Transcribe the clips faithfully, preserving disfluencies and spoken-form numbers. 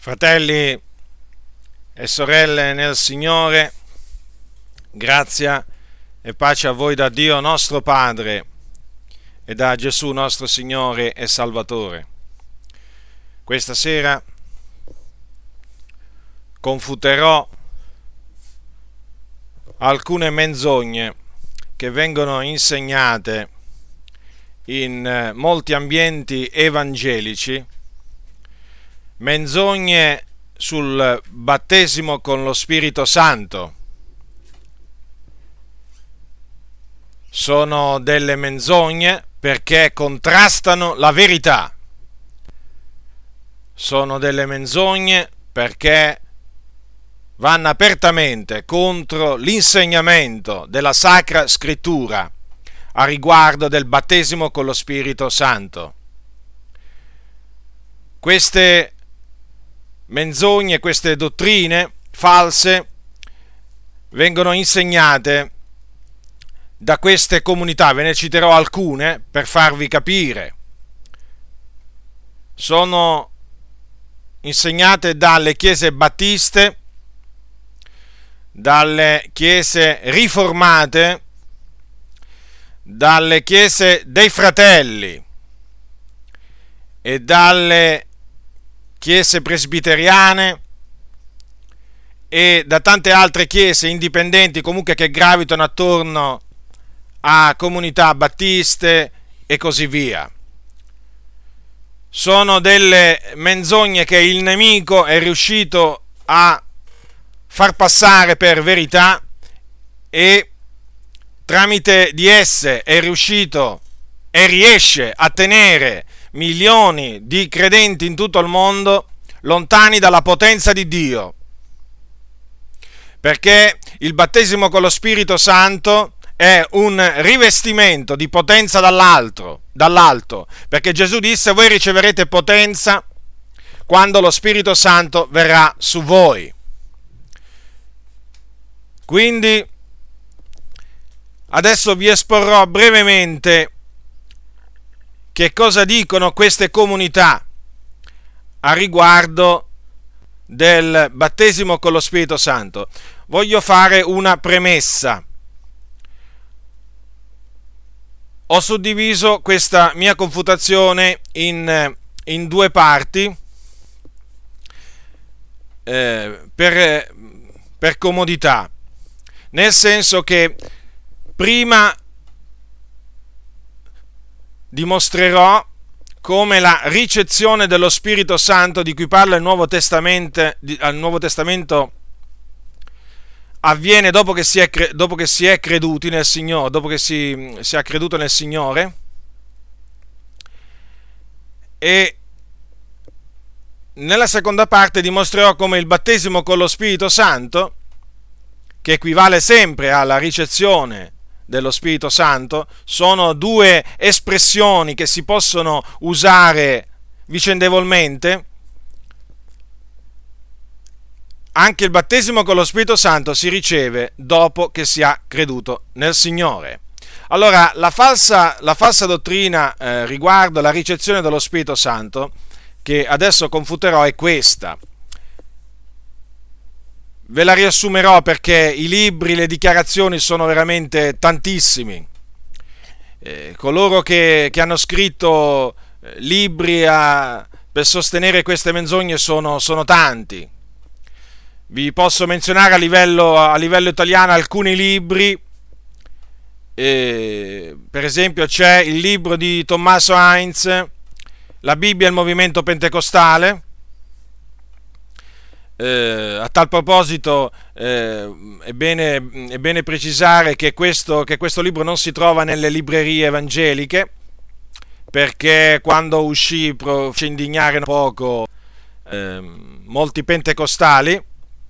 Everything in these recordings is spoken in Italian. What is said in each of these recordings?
Fratelli e sorelle nel Signore, grazia e pace a voi da Dio nostro Padre e da Gesù nostro Signore e Salvatore. Questa sera confuterò alcune menzogne che vengono insegnate in molti ambienti evangelici, menzogne sul battesimo con lo Spirito Santo. Sono delle menzogne perché contrastano la verità. Sono delle menzogne perché vanno apertamente contro l'insegnamento della Sacra Scrittura a riguardo del battesimo con lo Spirito Santo. Queste menzogne, queste dottrine false vengono insegnate da queste comunità. Ve ne citerò alcune per farvi capire. Sono insegnate dalle chiese battiste, dalle chiese riformate, dalle chiese dei fratelli e dalle chiese presbiteriane e da tante altre chiese indipendenti, comunque, che gravitano attorno a comunità battiste e così via. Sono delle menzogne che il nemico è riuscito a far passare per verità e tramite di esse è riuscito e riesce a tenere milioni di credenti in tutto il mondo lontani dalla potenza di Dio, perché il battesimo con lo Spirito Santo è un rivestimento di potenza dall'alto, dall'alto, perché Gesù disse: voi riceverete potenza quando lo Spirito Santo verrà su voi. Quindi adesso vi esporrò brevemente che cosa dicono queste comunità a riguardo del battesimo con lo Spirito Santo. Voglio fare una premessa. Ho suddiviso questa mia confutazione in, in due parti eh, per, per comodità, nel senso che prima dimostrerò come la ricezione dello Spirito Santo di cui parla il Nuovo Testamento, al Nuovo Testamento avviene dopo che si è, dopo che si è creduti nel Signore, dopo che si, si è creduto nel Signore, e nella seconda parte dimostrerò come il battesimo con lo Spirito Santo, che equivale sempre alla ricezione dello Spirito Santo, sono due espressioni che si possono usare vicendevolmente. Anche il battesimo con lo Spirito Santo si riceve dopo che si ha creduto nel Signore. Allora, la falsa, la falsa dottrina eh, riguardo la ricezione dello Spirito Santo, che adesso confuterò, è questa. Ve la riassumerò perché i libri, le dichiarazioni sono veramente tantissimi. Eh, coloro che, che hanno scritto eh, libri a, per sostenere queste menzogne sono, sono tanti. Vi posso menzionare a livello, a livello italiano alcuni libri. Eh, per esempio c'è il libro di Tommaso Heinz, La Bibbia e il movimento pentecostale. Eh, a tal proposito eh, è, bene, è bene precisare che questo, che questo libro non si trova nelle librerie evangeliche, perché quando uscì fece indignare un poco eh, molti pentecostali.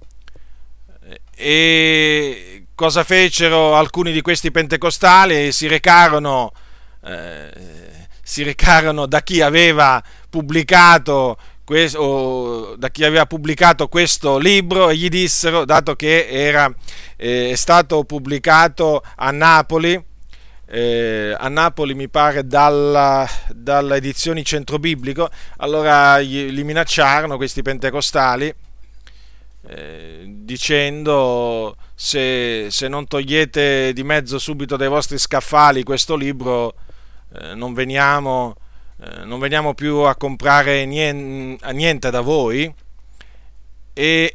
E cosa fecero alcuni di questi pentecostali? Si recarono, eh, si recarono da chi aveva pubblicato questo, o da chi aveva pubblicato questo libro, e gli dissero, dato che era eh, è stato pubblicato a Napoli, eh, a Napoli, mi pare, dalla, dalla edizioni Centro Biblico. Allora gli, li minacciarono questi pentecostali, eh, dicendo: se, se non togliete di mezzo subito dai vostri scaffali questo libro, eh, non veniamo, eh, non veniamo più a comprare niente, niente da voi. E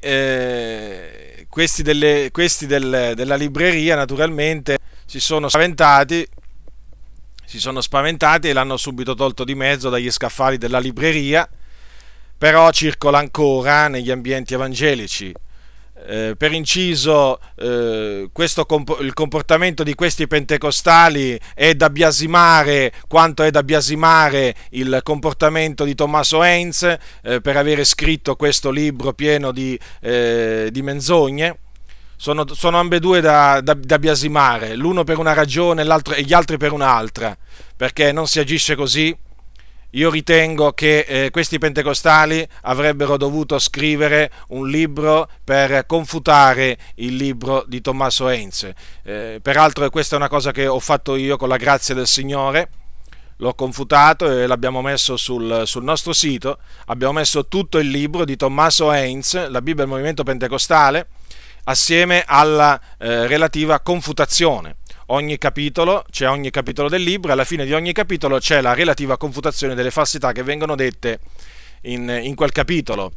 eh, questi, delle, questi del, della libreria naturalmente si sono spaventati, si sono spaventati e l'hanno subito tolto di mezzo dagli scaffali della libreria. Però circola ancora negli ambienti evangelici. Eh, per inciso, eh, questo comp- il comportamento di questi pentecostali è da biasimare quanto è da biasimare il comportamento di Tommaso Heinz, eh, per avere scritto questo libro pieno di, eh, di menzogne. Sono, sono ambedue da, da, da biasimare, l'uno per una ragione l'altro, e gli altri per un'altra, perché non si agisce così. Io ritengo che eh, questi pentecostali avrebbero dovuto scrivere un libro per confutare il libro di Tommaso Heinz. Eh, peraltro questa è una cosa che ho fatto io con la grazia del Signore. L'ho confutato e l'abbiamo messo sul, sul nostro sito. Abbiamo messo tutto il libro di Tommaso Heinz, la Bibbia del Movimento Pentecostale, assieme alla eh, relativa confutazione. Ogni capitolo, c'è ogni capitolo del libro, e alla fine di ogni capitolo c'è la relativa confutazione delle falsità che vengono dette in, in quel capitolo.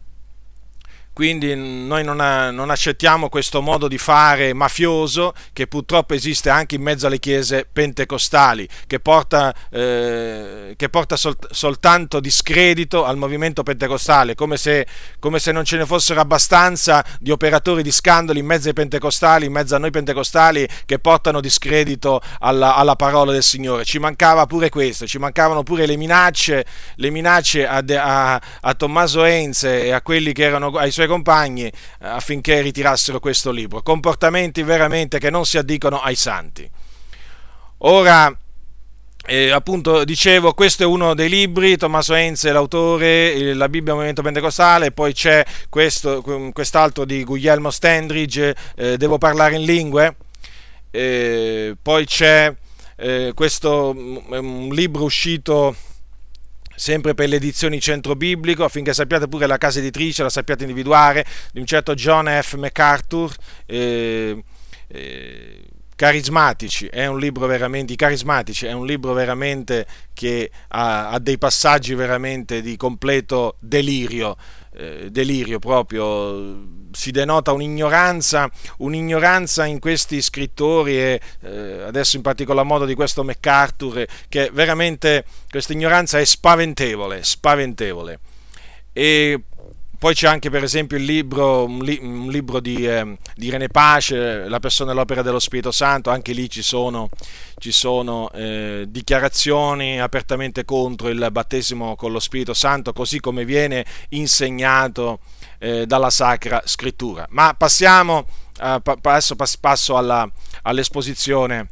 Quindi noi non, non accettiamo questo modo di fare mafioso che purtroppo esiste anche in mezzo alle chiese pentecostali, che porta, eh, che porta sol, soltanto discredito al movimento pentecostale, come se, come se non ce ne fossero abbastanza di operatori di scandali in mezzo ai pentecostali, in mezzo a noi pentecostali, che portano discredito alla, alla parola del Signore. Ci mancava pure questo, ci mancavano pure le minacce, le minacce a, a, a Tommaso Heinz e a quelli che erano ai suoi compagni affinché ritirassero questo libro. Comportamenti veramente che non si addicono ai santi. Ora, eh, appunto, dicevo, questo è uno dei libri. Tommaso Heinz è l'autore, la Bibbia del Movimento Pentecostale. Poi c'è questo, quest'altro di Guglielmo Standridge, eh, Devo parlare in lingue. Eh, poi c'è eh, questo un libro uscito sempre per le edizioni Centro Biblico, affinché sappiate pure la casa editrice, la sappiate individuare, di un certo John F. MacArthur, eh, eh, Carismatici, è un libro veramente, i Carismatici, è un libro veramente che ha, ha dei passaggi veramente di completo delirio, eh, delirio proprio. Si denota un'ignoranza, un'ignoranza in questi scrittori e eh, adesso in particolar modo di questo MacArthur, che veramente questa ignoranza è spaventevole, spaventevole. E poi c'è anche per esempio il libro, un, li, un libro di, eh, di René Pace, La persona e l'opera dello Spirito Santo. Anche lì ci sono, ci sono eh, dichiarazioni apertamente contro il battesimo con lo Spirito Santo, così come viene insegnato eh, dalla Sacra Scrittura. Ma passiamo, eh, pa- adesso passo alla, all'esposizione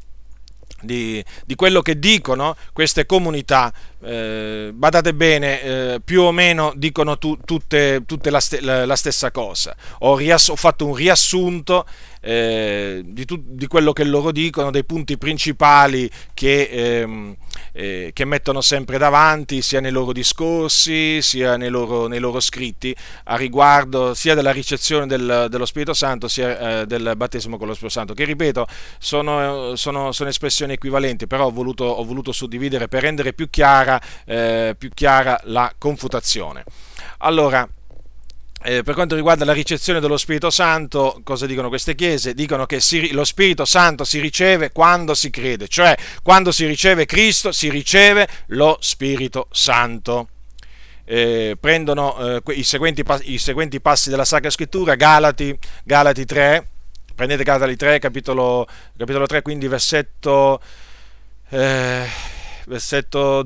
Di, di quello che dicono queste comunità. Eh, badate bene, eh, più o meno dicono tu, tutte, tutte la, st- la stessa cosa. Ho, riass- ho fatto un riassunto eh, di, tu- di quello che loro dicono, dei punti principali che, ehm, eh, che mettono sempre davanti, sia nei loro discorsi sia nei loro, nei loro scritti, a riguardo sia della ricezione del, dello Spirito Santo sia eh, del battesimo con lo Spirito Santo, che ripeto sono, sono, sono espressioni equivalenti, però ho voluto, ho voluto suddividere per rendere più chiara, eh, più chiara la confutazione. Allora, Eh, per quanto riguarda la ricezione dello Spirito Santo, cosa dicono queste chiese? Dicono che si, lo Spirito Santo si riceve quando si crede, cioè quando si riceve Cristo si riceve lo Spirito Santo. Eh, prendono eh, i, seguenti, i seguenti passi della Sacra Scrittura, Galati, Galati tre, prendete Galati tre, capitolo, capitolo tre, quindi versetto, eh, versetto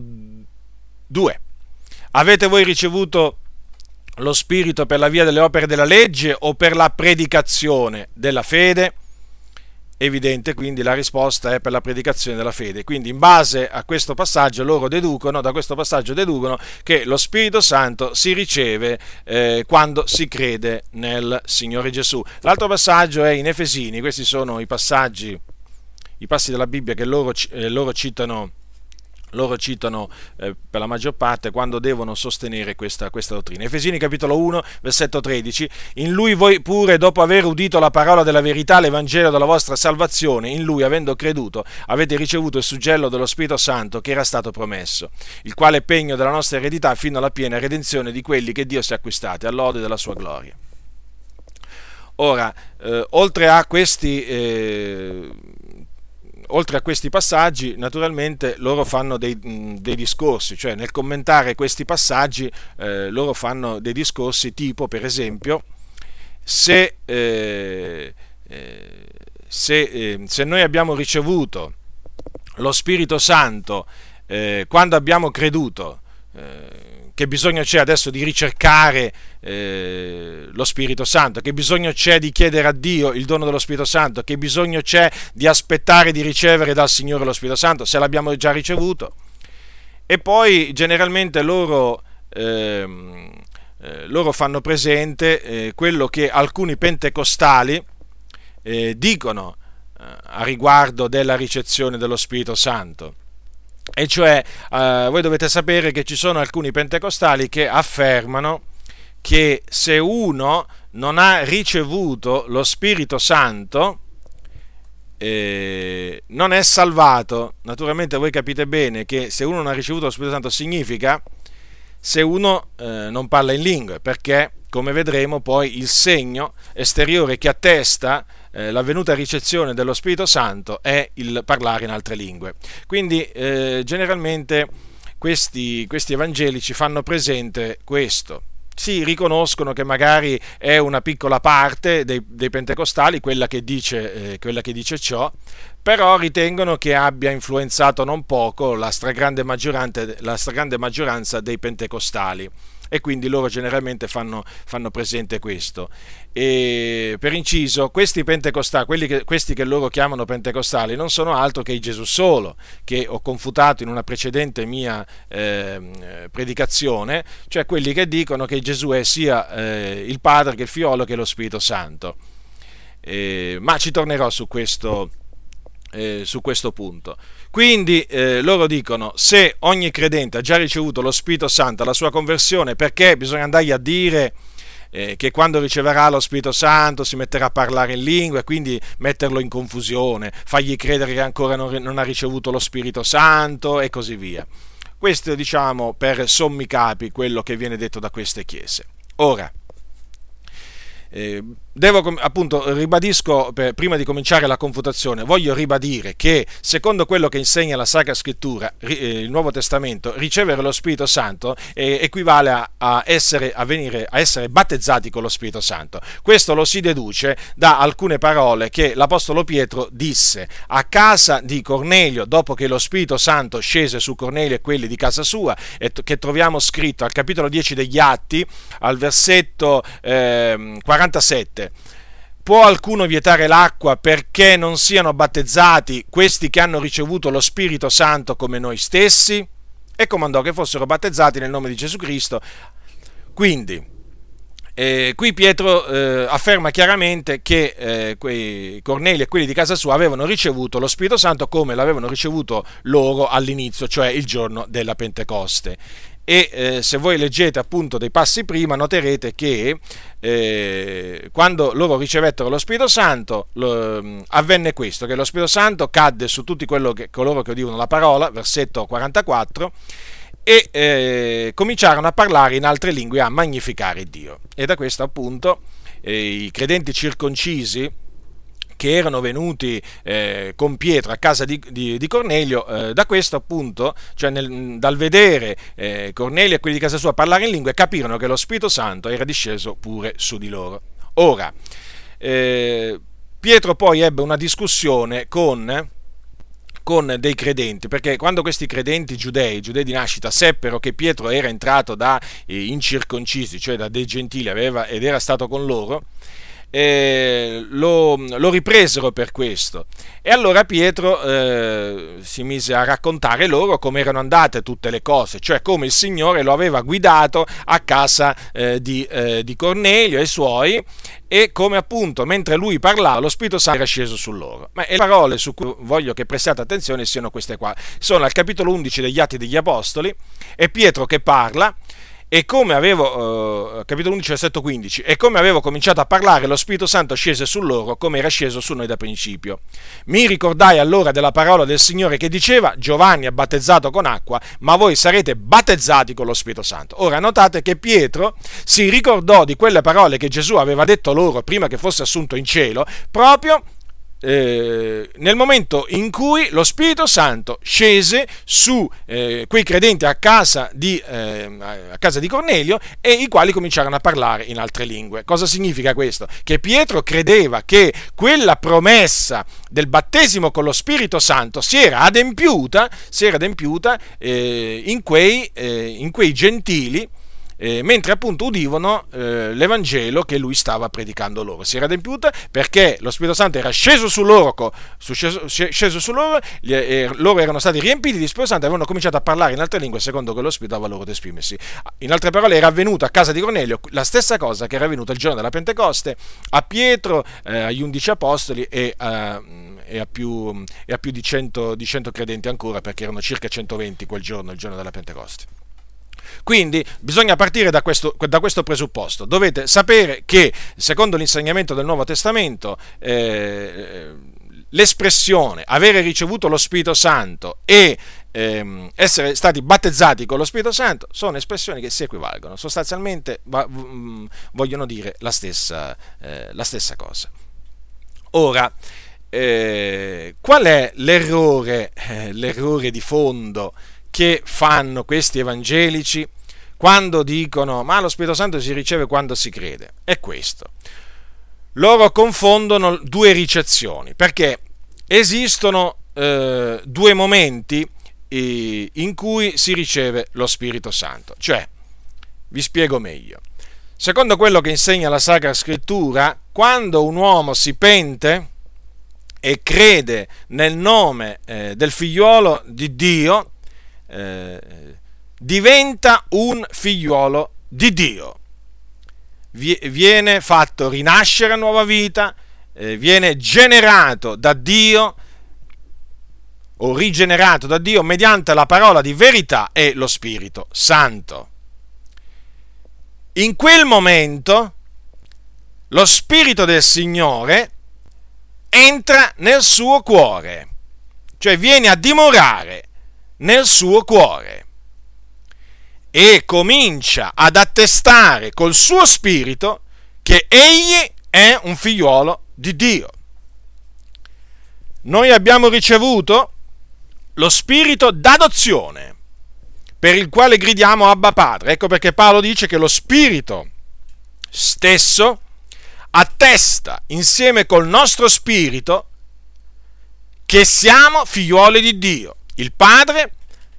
due. Avete voi ricevuto lo Spirito per la via delle opere della legge o per la predicazione della fede? Evidente, quindi la risposta è per la predicazione della fede. Quindi in base a questo passaggio loro deducono, da questo passaggio deducono che lo Spirito Santo si riceve eh, quando si crede nel Signore Gesù. L'altro passaggio è in Efesini. Questi sono i passaggi i passi della Bibbia che loro, eh, loro citano loro citano eh, per la maggior parte quando devono sostenere questa, questa dottrina. Efesini capitolo uno, versetto tredici: in lui voi pure, dopo aver udito la parola della verità, l'Evangelo della vostra salvazione, in lui, avendo creduto, avete ricevuto il suggello dello Spirito Santo che era stato promesso, il quale è pegno della nostra eredità fino alla piena redenzione di quelli che Dio si è acquistati, all'ode della sua gloria. Ora, eh, oltre a questi... Eh, Oltre a questi passaggi, naturalmente loro fanno dei, dei discorsi, cioè nel commentare questi passaggi eh, loro fanno dei discorsi tipo, per esempio, se, eh, eh, se, eh, se noi abbiamo ricevuto lo Spirito Santo eh, quando abbiamo creduto, eh, che bisogno c'è adesso di ricercare eh, lo Spirito Santo, che bisogno c'è di chiedere a Dio il dono dello Spirito Santo, che bisogno c'è di aspettare di ricevere dal Signore lo Spirito Santo, se l'abbiamo già ricevuto. E poi generalmente loro, eh, eh, loro fanno presente eh, quello che alcuni pentecostali eh, dicono eh, a riguardo della ricezione dello Spirito Santo. E cioè, eh, voi dovete sapere che ci sono alcuni pentecostali che affermano che se uno non ha ricevuto lo Spirito Santo eh, non è salvato. Naturalmente voi capite bene che se uno non ha ricevuto lo Spirito Santo significa se uno eh, non parla in lingue, perché come vedremo poi il segno esteriore che attesta eh, l'avvenuta ricezione dello Spirito Santo è il parlare in altre lingue. Quindi eh, generalmente questi, questi evangelici fanno presente questo. Si riconoscono che magari è una piccola parte dei, dei pentecostali quella che dice, eh, quella che dice ciò, però ritengono che abbia influenzato non poco la stragrande maggioranza, la stragrande maggioranza dei pentecostali, e quindi loro generalmente fanno, fanno presente questo. E per inciso, questi pentecostali, quelli che, questi che loro chiamano pentecostali, non sono altro che i Gesù solo, che ho confutato in una precedente mia eh, predicazione, cioè quelli che dicono che Gesù è sia eh, il Padre che il Figlio che lo Spirito Santo. Eh, ma ci tornerò su questo, eh, su questo punto. Quindi eh, loro dicono: se ogni credente ha già ricevuto lo Spirito Santo alla sua conversione, perché bisogna andargli a dire eh, che quando riceverà lo Spirito Santo si metterà a parlare in lingue, e quindi metterlo in confusione, fargli credere che ancora non, non ha ricevuto lo Spirito Santo e così via. Questo, diciamo, per sommi capi quello che viene detto da queste chiese. Ora, Eh, devo appunto ribadisco per, prima di cominciare la confutazione, voglio ribadire che secondo quello che insegna la Sacra Scrittura, eh, il Nuovo Testamento, ricevere lo Spirito Santo eh, equivale a, a, essere, a, venire, a essere battezzati con lo Spirito Santo. Questo lo si deduce da alcune parole che l'Apostolo Pietro disse a casa di Cornelio dopo che lo Spirito Santo scese su Cornelio e quelli di casa sua, e t- che troviamo scritto al capitolo dieci degli Atti, al versetto eh, quarantasette. Può alcuno vietare l'acqua perché non siano battezzati questi che hanno ricevuto lo Spirito Santo come noi stessi? E comandò che fossero battezzati nel nome di Gesù Cristo. Quindi, eh, qui Pietro eh, afferma chiaramente che eh, quei Cornelio e quelli di casa sua avevano ricevuto lo Spirito Santo come l'avevano ricevuto loro all'inizio, cioè il giorno della Pentecoste. E eh, se voi leggete appunto dei passi prima, noterete che eh, quando loro ricevettero lo Spirito Santo lo, avvenne questo, che lo Spirito Santo cadde su tutti quello che, coloro che udivano la parola, versetto quarantaquattro, e eh, cominciarono a parlare in altre lingue, a magnificare Dio. E da questo appunto eh, i credenti circoncisi che erano venuti eh, con Pietro a casa di, di, di Cornelio, eh, da questo appunto, cioè nel, dal vedere eh, Cornelio e quelli di casa sua parlare in lingue, capirono che lo Spirito Santo era disceso pure su di loro. Ora, eh, Pietro poi ebbe una discussione con, con dei credenti, perché quando questi credenti giudei, giudei di nascita, seppero che Pietro era entrato da eh, incirconcisi, cioè da dei gentili, aveva, ed era stato con loro, eh, lo, lo ripresero per questo. E allora Pietro eh, si mise a raccontare loro come erano andate tutte le cose, cioè come il Signore lo aveva guidato a casa eh, di, eh, di Cornelio e i suoi, e come appunto mentre lui parlava lo Spirito Santo era sceso su loro. Ma le parole su cui voglio che prestiate attenzione siano queste qua. Sono al capitolo undici degli Atti degli Apostoli, è Pietro che parla. E come avevo, eh, capitolo undici, versetto quindici, e come avevo cominciato a parlare, lo Spirito Santo scese su loro come era sceso su noi da principio. Mi ricordai allora della parola del Signore che diceva: Giovanni ha battezzato con acqua, ma voi sarete battezzati con lo Spirito Santo. Ora notate che Pietro si ricordò di quelle parole che Gesù aveva detto loro prima che fosse assunto in cielo, proprio Eh, nel momento in cui lo Spirito Santo scese su eh, quei credenti a casa, di, eh, a casa di Cornelio, e i quali cominciarono a parlare in altre lingue. Cosa significa questo? Che Pietro credeva che quella promessa del battesimo con lo Spirito Santo si era adempiuta, si era adempiuta eh, in, quei, eh, in quei gentili, Eh, mentre appunto udivano eh, l'Evangelo che lui stava predicando loro. Si era adempiuta perché lo Spirito Santo era sceso su loro, co, su, sceso, sceso su loro, gli, eh, loro erano stati riempiti di Spirito Santo e avevano cominciato a parlare in altre lingue secondo che lo Spirito dava loro ad esprimersi. In altre parole, era avvenuto a casa di Cornelio la stessa cosa che era avvenuta il giorno della Pentecoste a Pietro, eh, agli undici apostoli e a, e a più, e a più di, cento, di cento credenti ancora, perché erano circa centoventi quel giorno, il giorno della Pentecoste. Quindi bisogna partire da questo, da questo presupposto. Dovete sapere che, secondo l'insegnamento del Nuovo Testamento, eh, l'espressione avere ricevuto lo Spirito Santo e eh, essere stati battezzati con lo Spirito Santo sono espressioni che si equivalgono, sostanzialmente va, v, vogliono dire la stessa, eh, la stessa cosa. Ora, eh, qual è l'errore, eh, l'errore di fondo che fanno questi evangelici quando dicono ma lo Spirito Santo si riceve quando si crede? È questo: loro confondono due ricezioni, perché esistono eh, due momenti eh, in cui si riceve lo Spirito Santo. Cioè, vi spiego meglio. Secondo quello che insegna la Sacra Scrittura, quando un uomo si pente e crede nel nome eh, del figliuolo di Dio, Eh, diventa un figliuolo di Dio, viene fatto rinascere a nuova vita, eh, viene generato da Dio o rigenerato da Dio mediante la parola di verità e lo Spirito Santo. In quel momento lo Spirito del Signore entra nel suo cuore, cioè viene a dimorare nel suo cuore e comincia ad attestare col suo spirito che egli è un figliuolo di Dio. Noi abbiamo ricevuto lo spirito d'adozione, per il quale gridiamo Abba Padre. Ecco perché Paolo dice che lo Spirito stesso attesta insieme col nostro spirito che siamo figliuoli di Dio. Il Padre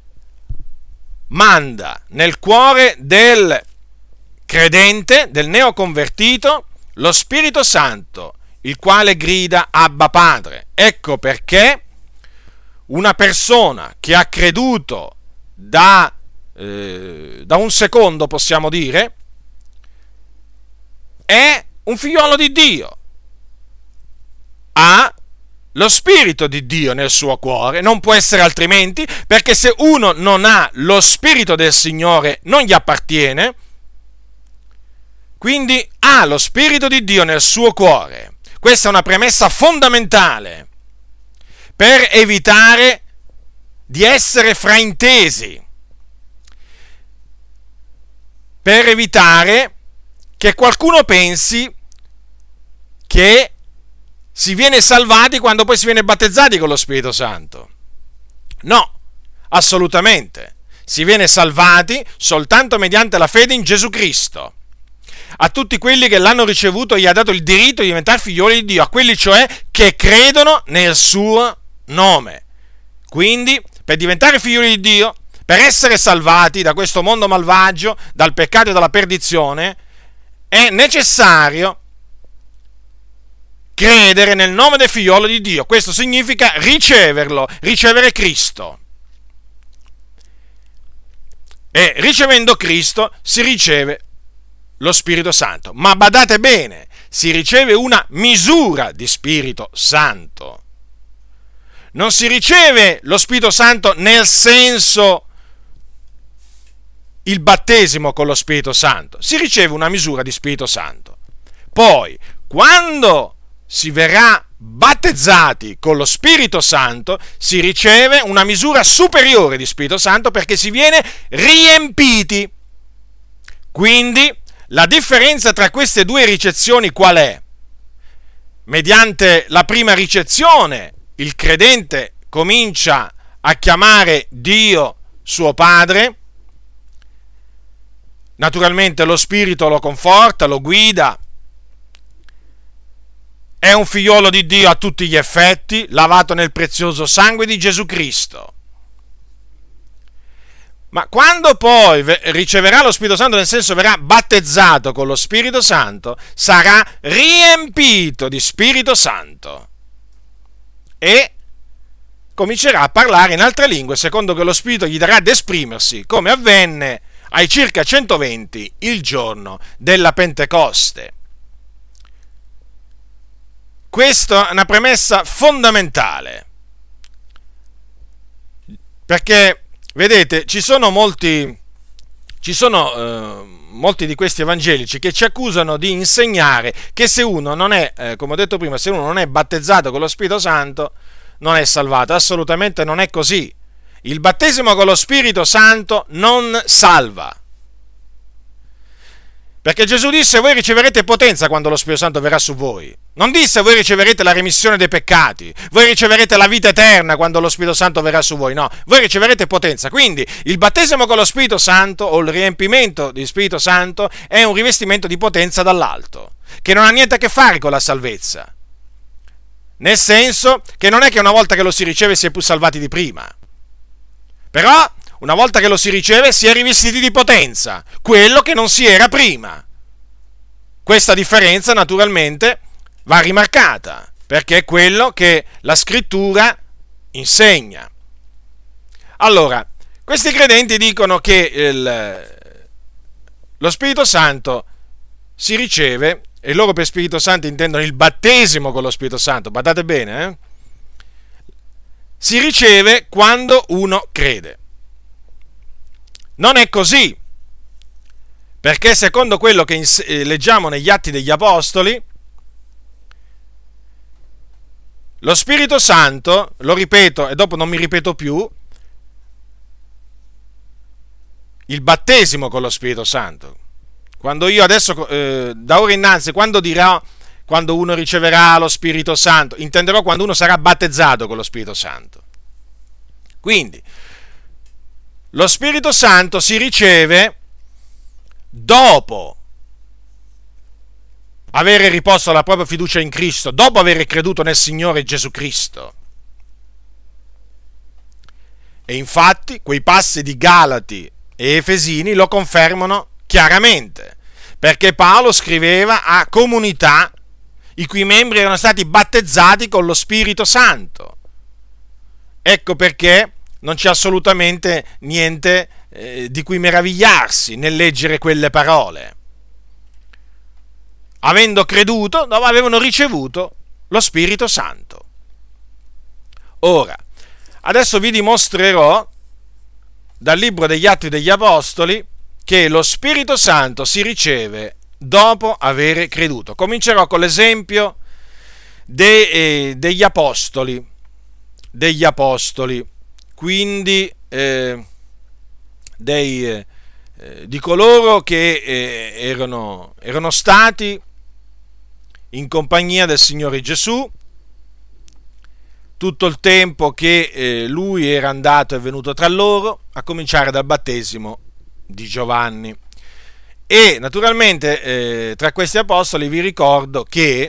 manda nel cuore del credente, del neoconvertito, lo Spirito Santo, il quale grida Abba Padre. Ecco perché una persona che ha creduto da, eh, da un secondo, possiamo dire, è un figliolo di Dio, ha lo Spirito di Dio nel suo cuore, non può essere altrimenti, perché se uno non ha lo Spirito del Signore non gli appartiene, quindi ha lo Spirito di Dio nel suo cuore. Questa è una premessa fondamentale per evitare di essere fraintesi, per evitare che qualcuno pensi che si viene salvati quando poi si viene battezzati con lo Spirito Santo. No, assolutamente. Si viene salvati soltanto mediante la fede in Gesù Cristo. A tutti quelli che l'hanno ricevuto gli ha dato il diritto di diventare figlioli di Dio, a quelli cioè che credono nel suo nome. Quindi, per diventare figlioli di Dio, per essere salvati da questo mondo malvagio, dal peccato e dalla perdizione, è necessario credere nel nome del figliolo di Dio. Questo significa riceverlo, ricevere Cristo. E ricevendo Cristo si riceve lo Spirito Santo. Ma badate bene, si riceve una misura di Spirito Santo. Non si riceve lo Spirito Santo nel senso il battesimo con lo Spirito Santo. Si riceve una misura di Spirito Santo. Poi, quando si verrà battezzati con lo Spirito Santo, si riceve una misura superiore di Spirito Santo perché si viene riempiti. Quindi, la differenza tra queste due ricezioni qual è? Mediante la prima ricezione, il credente comincia a chiamare Dio suo Padre. Naturalmente lo Spirito lo conforta, lo guida. È un figliolo di Dio a tutti gli effetti, lavato nel prezioso sangue di Gesù Cristo. Ma quando poi riceverà lo Spirito Santo, nel senso verrà battezzato con lo Spirito Santo, sarà riempito di Spirito Santo e comincerà a parlare in altre lingue, secondo che lo Spirito gli darà ad esprimersi, come avvenne ai circa centoventi il giorno della Pentecoste. Questa è una premessa fondamentale, perché, vedete, ci sono molti, ci sono eh, molti di questi evangelici che ci accusano di insegnare che se uno non è, eh, come ho detto prima, se uno non è battezzato con lo Spirito Santo, non è salvato. Assolutamente non è così. Il battesimo con lo Spirito Santo non salva. Perché Gesù disse: voi riceverete potenza quando lo Spirito Santo verrà su voi. Non disse: voi riceverete la remissione dei peccati, voi riceverete la vita eterna quando lo Spirito Santo verrà su voi. No, voi riceverete potenza. Quindi il battesimo con lo Spirito Santo o il riempimento di Spirito Santo è un rivestimento di potenza dall'alto, che non ha niente a che fare con la salvezza. Nel senso che non è che una volta che lo si riceve si è più salvati di prima. Però una volta che lo si riceve si è rivestiti di potenza, quello che non si era prima. Questa differenza naturalmente va rimarcata, perché è quello che la Scrittura insegna. Allora, questi credenti dicono che il, lo Spirito Santo si riceve, e loro per Spirito Santo intendono il battesimo con lo Spirito Santo, badate bene, eh? Si riceve quando uno crede. Non è così, perché secondo quello che ins- leggiamo negli Atti degli Apostoli, lo Spirito Santo, lo ripeto e dopo non mi ripeto più, il battesimo con lo Spirito Santo, quando io adesso, eh, da ora innanzi, quando dirò, quando uno riceverà lo Spirito Santo, intenderò quando uno sarà battezzato con lo Spirito Santo. Quindi, lo Spirito Santo si riceve dopo avere riposto la propria fiducia in Cristo, dopo aver creduto nel Signore Gesù Cristo. E infatti quei passi di Galati e Efesini lo confermano chiaramente, perché Paolo scriveva a comunità i cui membri erano stati battezzati con lo Spirito Santo. Ecco perché non c'è assolutamente niente eh, di cui meravigliarsi nel leggere quelle parole. Avendo creduto, avevano ricevuto lo Spirito Santo. Ora, adesso vi dimostrerò dal libro degli Atti degli Apostoli che lo Spirito Santo si riceve dopo avere creduto. Comincerò con l'esempio de, eh, degli Apostoli, degli Apostoli. Quindi eh, dei, eh, di coloro che eh, erano, erano stati in compagnia del Signore Gesù tutto il tempo che eh, Lui era andato e venuto tra loro, a cominciare dal battesimo di Giovanni. E naturalmente eh, tra questi apostoli vi ricordo che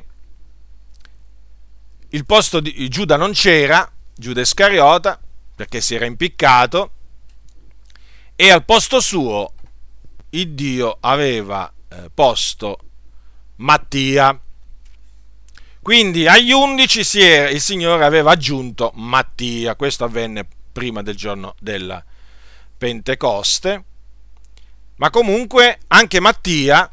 il posto di Giuda non c'era, Giuda Iscariota, perché si era impiccato, e al posto suo il Dio aveva eh, posto Mattia. Quindi agli undici si era, il Signore aveva aggiunto Mattia. Questo avvenne prima del giorno della Pentecoste, ma comunque anche Mattia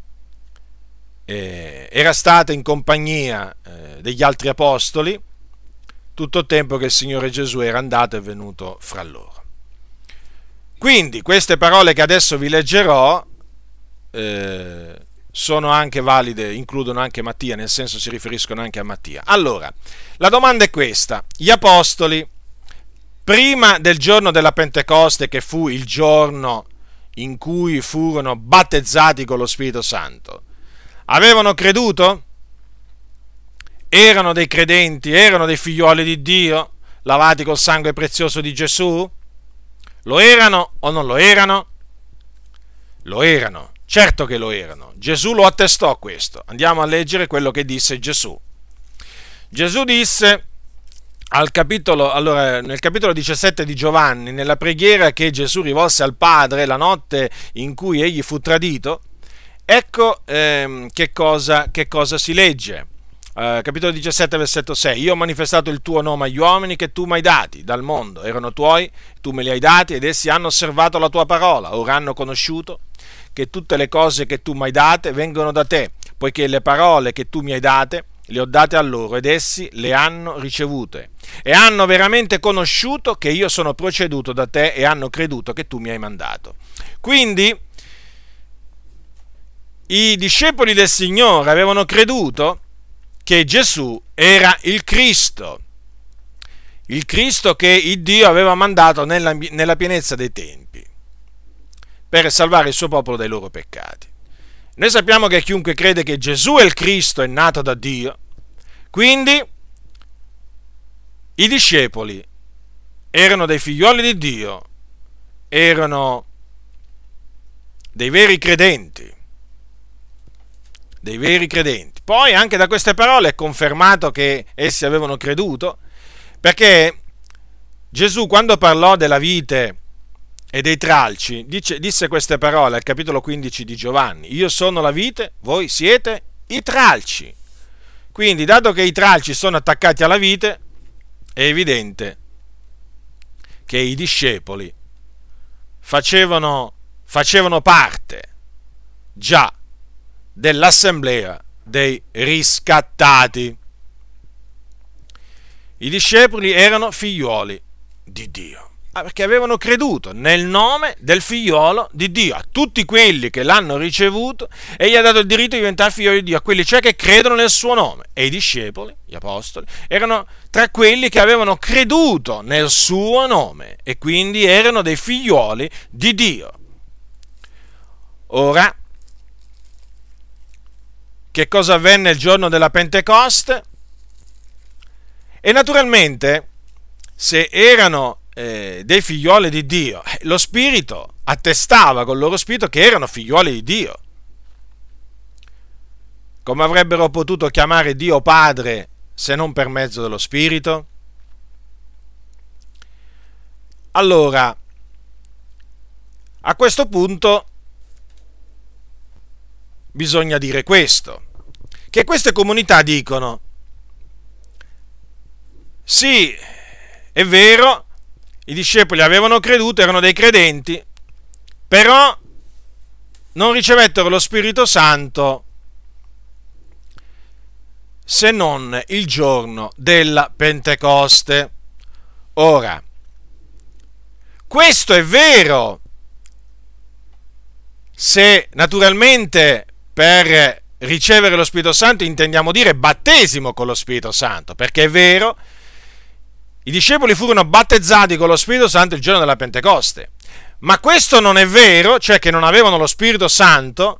eh, era stato in compagnia eh, degli altri apostoli tutto il tempo che il Signore Gesù era andato e venuto fra loro. Quindi queste parole che adesso vi leggerò eh, sono anche valide, includono anche Mattia, nel senso si riferiscono anche a Mattia. Allora, la domanda è questa: gli apostoli, prima del giorno della Pentecoste, che fu il giorno in cui furono battezzati con lo Spirito Santo, avevano creduto? Erano dei credenti? Erano dei figlioli di Dio, lavati col sangue prezioso di Gesù? Lo erano o non lo erano? Lo erano. Certo che lo erano, Gesù lo attestò questo. Andiamo a leggere quello che disse Gesù. Gesù disse al capitolo, allora, nel capitolo diciassette di Giovanni, nella preghiera che Gesù rivolse al Padre la notte in cui egli fu tradito, ecco ehm, che, cosa, che cosa si legge. Uh, capitolo diciassette, versetto sei: io ho manifestato il tuo nome agli uomini che tu mi hai dati dal mondo, erano tuoi, tu me li hai dati ed essi hanno osservato la tua parola, ora hanno conosciuto che tutte le cose che tu mi hai date vengono da te, poiché le parole che tu mi hai date le ho date a loro ed essi le hanno ricevute e hanno veramente conosciuto che io sono proceduto da te e hanno creduto che tu mi hai mandato. Quindi i discepoli del Signore avevano creduto che Gesù era il Cristo, il Cristo che il Dio aveva mandato nella, nella pienezza dei tempi per salvare il suo popolo dai loro peccati. Noi sappiamo che chiunque crede che Gesù è il Cristo è nato da Dio, quindi i discepoli erano dei figlioli di Dio, erano dei veri credenti, dei veri credenti. Poi anche da queste parole è confermato che essi avevano creduto, perché Gesù, quando parlò della vite e dei tralci, dice, disse queste parole al capitolo quindici di Giovanni: io sono la vite, voi siete i tralci. Quindi, dato che i tralci sono attaccati alla vite, è evidente che i discepoli facevano, facevano parte già dell'assemblea dei riscattati. I discepoli erano figlioli di Dio, perché avevano creduto nel nome del figliolo di Dio. A tutti quelli che l'hanno ricevuto egli ha dato il diritto di diventare figlioli di Dio, a quelli cioè che credono nel suo nome. E i discepoli, gli apostoli, erano tra quelli che avevano creduto nel suo nome e quindi erano dei figlioli di Dio. Ora, che cosa avvenne il giorno della Pentecoste? E naturalmente, se erano eh, dei figlioli di Dio, lo Spirito attestava col loro spirito che erano figlioli di Dio. Come avrebbero potuto chiamare Dio Padre se non per mezzo dello Spirito? Allora, a questo punto bisogna dire questo, che queste comunità dicono: sì, è vero, i discepoli avevano creduto, erano dei credenti, però non ricevettero lo Spirito Santo se non il giorno della Pentecoste. Ora, questo è vero se naturalmente per ricevere lo Spirito Santo intendiamo dire battesimo con lo Spirito Santo, perché è vero, i discepoli furono battezzati con lo Spirito Santo il giorno della Pentecoste, ma questo non è vero, cioè che non avevano lo Spirito Santo,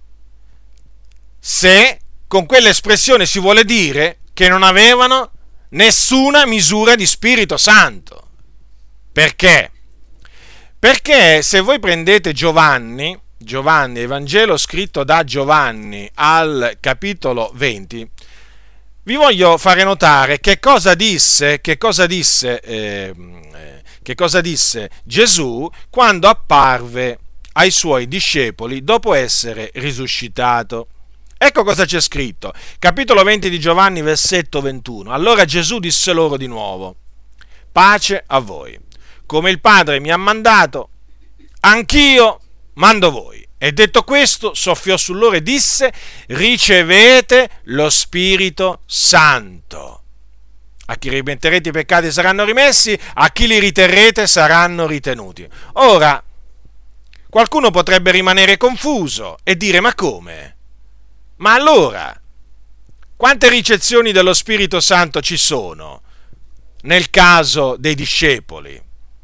se con quell'espressione si vuole dire che non avevano nessuna misura di Spirito Santo. Perché? Perché se voi prendete Giovanni, Giovanni, Evangelo scritto da Giovanni al capitolo venti, vi voglio fare notare che cosa disse, che cosa disse, eh, che cosa disse Gesù quando apparve ai suoi discepoli dopo essere risuscitato. Ecco cosa c'è scritto, capitolo venti di Giovanni, versetto ventuno. Allora Gesù disse loro di nuovo: pace a voi, come il Padre mi ha mandato, anch'io mando voi. E detto questo, soffiò su loro e disse: ricevete lo Spirito Santo. A chi rimetterete i peccati saranno rimessi, a chi li riterrete saranno ritenuti. Ora, qualcuno potrebbe rimanere confuso e dire: ma come? Ma allora, quante ricezioni dello Spirito Santo ci sono nel caso dei discepoli?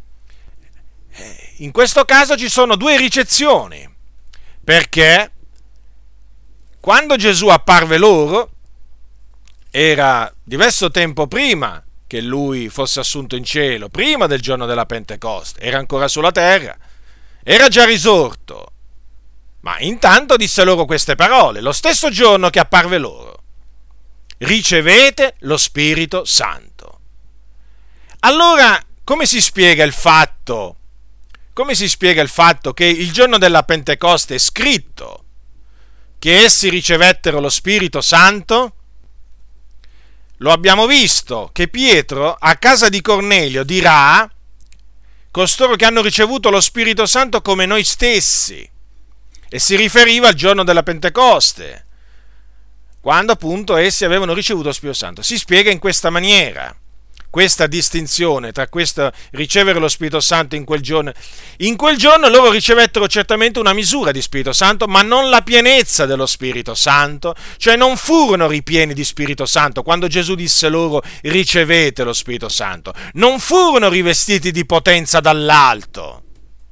In questo caso ci sono due ricezioni, perché quando Gesù apparve loro, era diverso tempo prima che lui fosse assunto in cielo, prima del giorno della Pentecoste, era ancora sulla terra, era già risorto, ma intanto disse loro queste parole, lo stesso giorno che apparve loro: ricevete lo Spirito Santo. Allora, come si spiega il fatto, come si spiega il fatto che il giorno della Pentecoste è scritto che essi ricevettero lo Spirito Santo? Lo abbiamo visto che Pietro a casa di Cornelio dirà: costoro che hanno ricevuto lo Spirito Santo come noi stessi, e si riferiva al giorno della Pentecoste, quando appunto essi avevano ricevuto lo Spirito Santo. Si spiega in questa maniera questa distinzione tra questo ricevere lo Spirito Santo in quel giorno. In quel giorno loro ricevettero certamente una misura di Spirito Santo, ma non la pienezza dello Spirito Santo, cioè non furono ripieni di Spirito Santo. Quando Gesù disse loro ricevete lo Spirito Santo, non furono rivestiti di potenza dall'alto,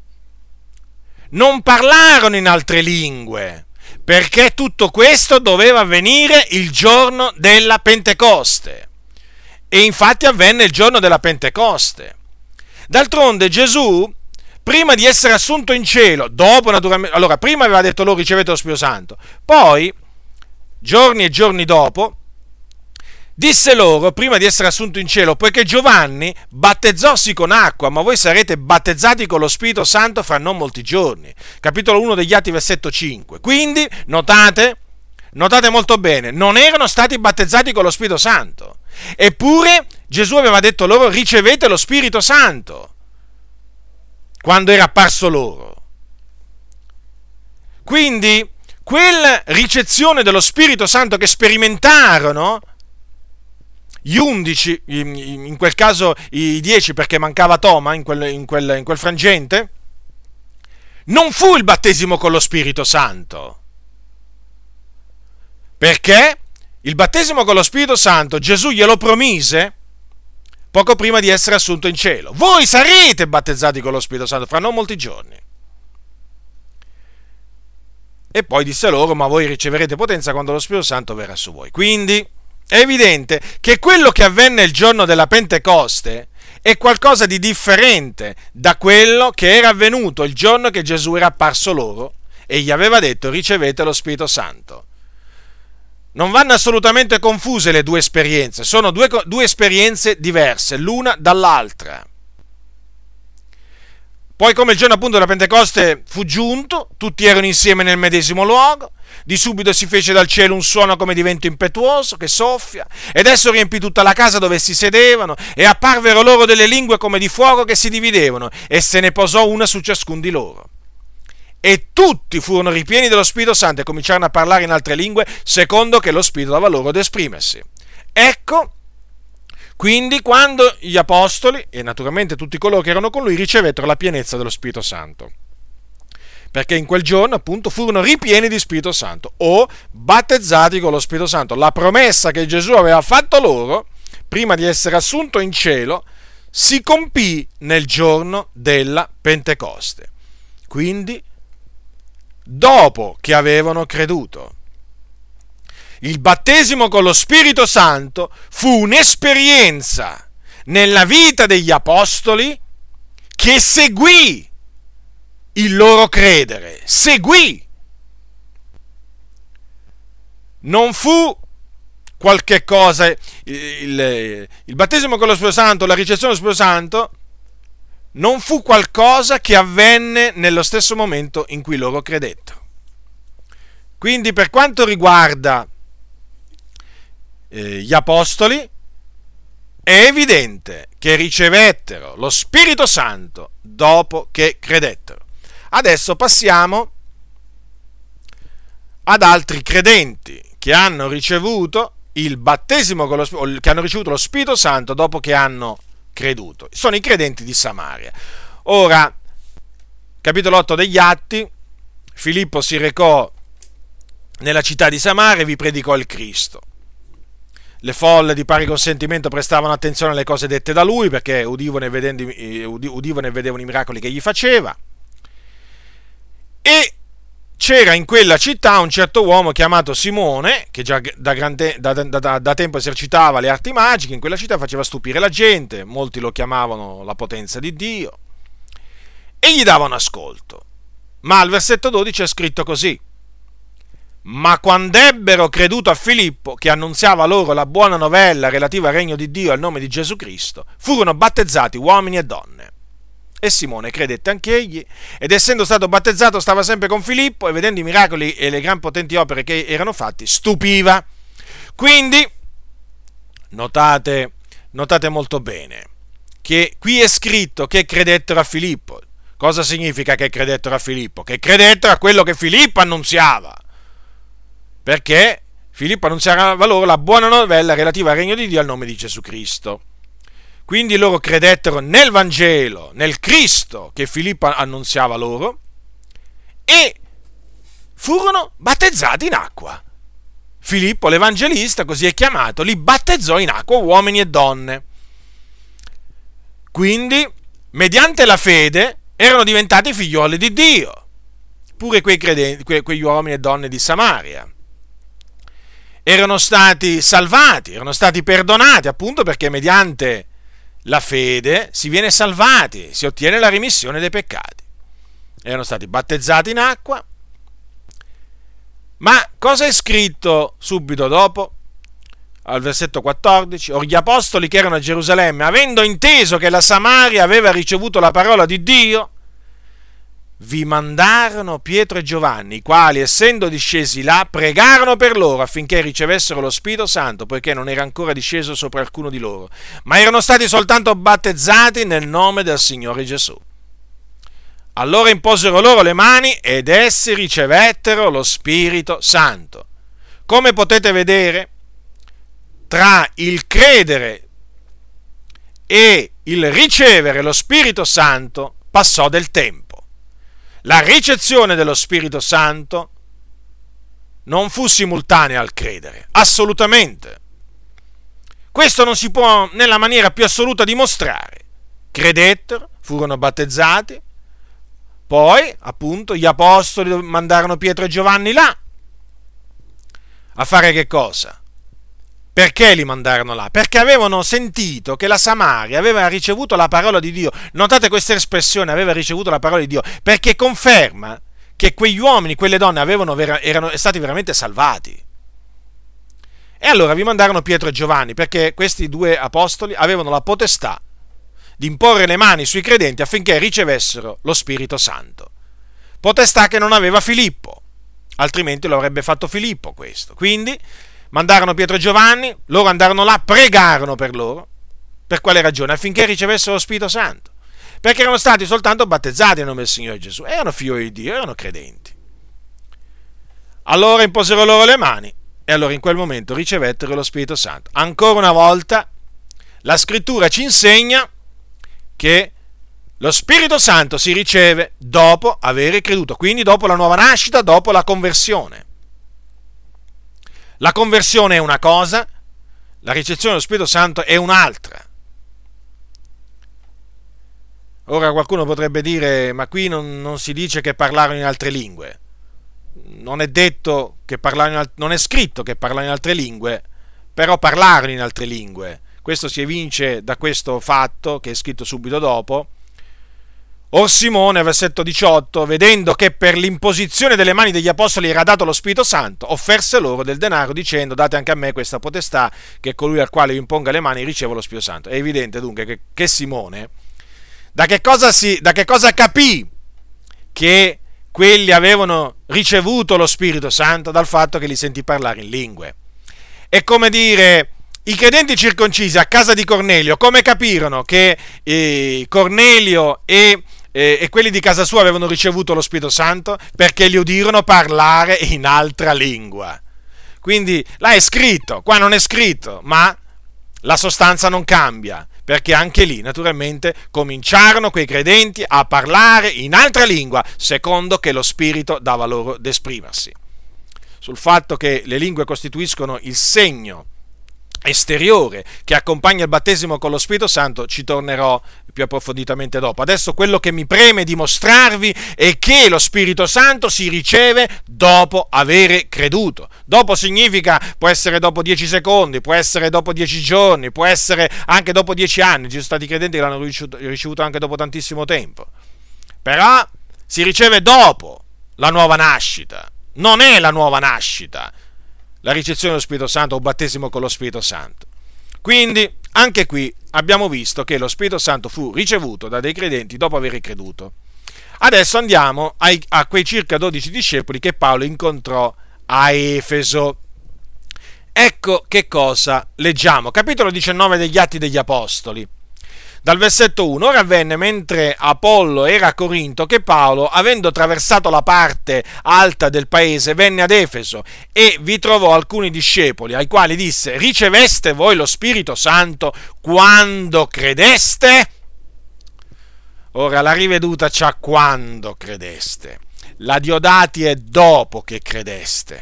non parlarono in altre lingue, perché tutto questo doveva avvenire il giorno della Pentecoste. E infatti avvenne il giorno della Pentecoste. D'altronde Gesù, prima di essere assunto in cielo, dopo naturalmente, allora prima aveva detto loro ricevete lo Spirito Santo, poi, giorni e giorni dopo, disse loro, prima di essere assunto in cielo, poiché Giovanni battezzò sì con acqua, ma voi sarete battezzati con lo Spirito Santo fra non molti giorni. Capitolo uno degli Atti, versetto cinque. Quindi, notate, notate molto bene, non erano stati battezzati con lo Spirito Santo. Eppure Gesù aveva detto loro ricevete lo Spirito Santo quando era apparso loro. Quindi quella ricezione dello Spirito Santo che sperimentarono gli undici, in quel caso i dieci perché mancava Toma in quel, in quel, in quel frangente, non fu il battesimo con lo Spirito Santo, perché il battesimo con lo Spirito Santo Gesù glielo promise poco prima di essere assunto in cielo. Voi sarete battezzati con lo Spirito Santo fra non molti giorni. E poi disse loro: ma voi riceverete potenza quando lo Spirito Santo verrà su voi. Quindi è evidente che quello che avvenne il giorno della Pentecoste è qualcosa di differente da quello che era avvenuto il giorno che Gesù era apparso loro e gli aveva detto ricevete lo Spirito Santo. Non vanno assolutamente confuse le due esperienze, sono due, due esperienze diverse, l'una dall'altra. Poi, come il giorno appunto della Pentecoste fu giunto, tutti erano insieme nel medesimo luogo, di subito si fece dal cielo un suono come di vento impetuoso che soffia, ed esso riempì tutta la casa dove si sedevano, e apparvero loro delle lingue come di fuoco che si dividevano, e se ne posò una su ciascun di loro. E tutti furono ripieni dello Spirito Santo e cominciarono a parlare in altre lingue secondo che lo Spirito dava loro ad esprimersi. Ecco, quindi, quando gli apostoli e naturalmente tutti coloro che erano con lui ricevettero la pienezza dello Spirito Santo, perché in quel giorno appunto furono ripieni di Spirito Santo o battezzati con lo Spirito Santo. La promessa che Gesù aveva fatto loro prima di essere assunto in cielo si compì nel giorno della Pentecoste. Quindi dopo che avevano creduto. Il battesimo con lo Spirito Santo fu un'esperienza nella vita degli apostoli che seguì il loro credere, seguì. Non fu qualche cosa, il, il battesimo con lo Spirito Santo, la ricezione dello Spirito Santo, non fu qualcosa che avvenne nello stesso momento in cui loro credettero. Quindi per quanto riguarda eh, gli apostoli, è evidente che ricevettero lo Spirito Santo dopo che credettero. Adesso passiamo ad altri credenti che hanno ricevuto il battesimo con lo, che hanno ricevuto lo Spirito Santo dopo che hanno creduto. Sono i credenti di Samaria. Ora, capitolo otto degli Atti, Filippo si recò nella città di Samaria e vi predicò il Cristo. Le folle di pari consentimento prestavano attenzione alle cose dette da lui, perché udivano e, vedendo, udivano e vedevano i miracoli che gli faceva. E c'era in quella città un certo uomo chiamato Simone, che già da, grande, da, da, da tempo esercitava le arti magiche. In quella città faceva stupire la gente, molti lo chiamavano la potenza di Dio, e gli davano ascolto. Ma al versetto dodici è scritto così: ma quando ebbero creduto a Filippo, che annunziava loro la buona novella relativa al regno di Dio al nome di Gesù Cristo, furono battezzati uomini e donne. E Simone credette anch'egli, ed essendo stato battezzato stava sempre con Filippo, e vedendo i miracoli e le gran potenti opere che erano fatti, stupiva. Quindi, notate, notate molto bene, che qui è scritto che credettero a Filippo. Cosa significa che credettero a Filippo? Che credettero a quello che Filippo annunziava. Perché Filippo annunziava loro la buona novella relativa al regno di Dio al nome di Gesù Cristo. Quindi loro credettero nel Vangelo, nel Cristo che Filippo annunziava loro, e furono battezzati in acqua. Filippo l'Evangelista, così è chiamato, li battezzò in acqua, uomini e donne. Quindi, mediante la fede, erano diventati figlioli di Dio, pure quei credenti, que, quegli uomini e donne di Samaria. Erano stati salvati, erano stati perdonati, appunto perché mediante la fede si viene salvati, si ottiene la remissione dei peccati. Erano stati battezzati in acqua. Ma cosa è scritto subito dopo? Al versetto quattordici: or gli apostoli che erano a Gerusalemme, avendo inteso che la Samaria aveva ricevuto la parola di Dio, vi mandarono Pietro e Giovanni, i quali, essendo discesi là, pregarono per loro affinché ricevessero lo Spirito Santo, poiché non era ancora disceso sopra alcuno di loro, ma erano stati soltanto battezzati nel nome del Signore Gesù. Allora imposero loro le mani ed essi ricevettero lo Spirito Santo. Come potete vedere, tra il credere e il ricevere lo Spirito Santo passò del tempo. La ricezione dello Spirito Santo non fu simultanea al credere, assolutamente. Questo non si può nella maniera più assoluta dimostrare. Credettero, furono battezzati, poi, appunto, gli apostoli mandarono Pietro e Giovanni là a fare che cosa? Perché li mandarono là? Perché avevano sentito che la Samaria aveva ricevuto la parola di Dio. Notate questa espressione, aveva ricevuto la parola di Dio, perché conferma che quegli uomini, quelle donne avevano vera, erano stati veramente salvati. E allora vi mandarono Pietro e Giovanni, perché questi due apostoli avevano la potestà di imporre le mani sui credenti affinché ricevessero lo Spirito Santo. Potestà che non aveva Filippo, altrimenti lo avrebbe fatto Filippo questo. Quindi mandarono Pietro e Giovanni, loro andarono là, pregarono per loro. Per quale ragione? Affinché ricevessero lo Spirito Santo. Perché erano stati soltanto battezzati nel nome del Signore Gesù. Erano figli di Dio, erano credenti. Allora imposero loro le mani e allora in quel momento ricevettero lo Spirito Santo. Ancora una volta la Scrittura ci insegna che lo Spirito Santo si riceve dopo aver creduto, quindi dopo la nuova nascita, dopo la conversione. La conversione è una cosa, la ricezione dello Spirito Santo è un'altra. Ora qualcuno potrebbe dire, ma qui non, non si dice che parlarono in altre lingue. Non è detto che parlarono, non è scritto che parlarono in altre lingue, però parlarono in altre lingue. Questo si evince da questo fatto che è scritto subito dopo. Or Simone, versetto diciotto, vedendo che per l'imposizione delle mani degli apostoli era dato lo Spirito Santo, offerse loro del denaro dicendo: date anche a me questa potestà, che colui al quale io imponga le mani riceva lo Spirito Santo. È evidente dunque che, che Simone da che cosa si, da che cosa capì che quelli avevano ricevuto lo Spirito Santo? Dal fatto che li sentì parlare in lingue. È come dire, i credenti circoncisi a casa di Cornelio, come capirono che eh, Cornelio e, eh, e quelli di casa sua avevano ricevuto lo Spirito Santo? Perché li udirono parlare in altra lingua. Quindi là è scritto, qua non è scritto, ma la sostanza non cambia, perché anche lì naturalmente cominciarono quei credenti a parlare in altra lingua, secondo che lo Spirito dava loro d'esprimersi. Sul fatto che le lingue costituiscono il segno esteriore che accompagna il battesimo con lo Spirito Santo ci tornerò più approfonditamente dopo. Adesso quello che mi preme dimostrarvi è che lo Spirito Santo si riceve dopo avere creduto. Dopo significa, può essere dopo dieci secondi, può essere dopo dieci giorni, può essere anche dopo dieci anni. Ci sono stati credenti che l'hanno ricevuto anche dopo tantissimo tempo, però si riceve dopo la nuova nascita. Non è la nuova nascita la ricezione dello Spirito Santo o battesimo con lo Spirito Santo. Quindi anche qui abbiamo visto che lo Spirito Santo fu ricevuto da dei credenti dopo aver creduto. Adesso andiamo ai, a quei circa dodici discepoli che Paolo incontrò a Efeso. Ecco che cosa leggiamo, capitolo diciannove degli Atti degli Apostoli. Dal versetto uno: ora avvenne mentre Apollo era a Corinto che Paolo, avendo attraversato la parte alta del paese, venne ad Efeso e vi trovò alcuni discepoli, ai quali disse: riceveste voi lo Spirito Santo quando credeste? Ora la riveduta c'ha quando credeste, la Diodati è dopo che credeste.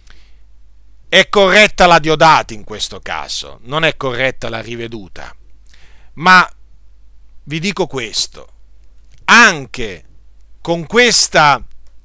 È corretta la Diodati in questo caso, non è corretta la riveduta. Ma vi dico questo, anche con questa,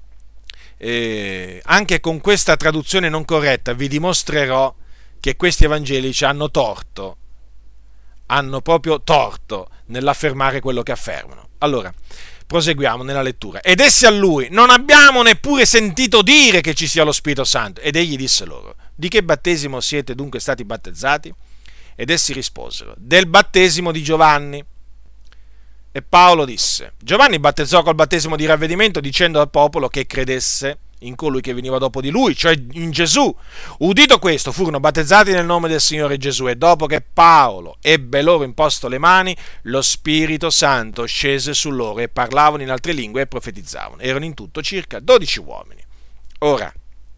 eh, anche con questa traduzione non corretta vi dimostrerò che questi evangelici hanno torto, hanno proprio torto nell'affermare quello che affermano. Allora, proseguiamo nella lettura. Ed essi a lui: non abbiamo neppure sentito dire che ci sia lo Spirito Santo. Ed egli disse loro: di che battesimo siete dunque stati battezzati? Ed essi risposero: del battesimo di Giovanni. E Paolo disse: Giovanni battezzò col battesimo di ravvedimento, dicendo al popolo che credesse in colui che veniva dopo di lui, cioè in Gesù. Udito questo, furono battezzati nel nome del Signore Gesù, e dopo che Paolo ebbe loro imposto le mani, lo Spirito Santo scese su loro e parlavano in altre lingue e profetizzavano. Erano in tutto circa dodici uomini. Ora,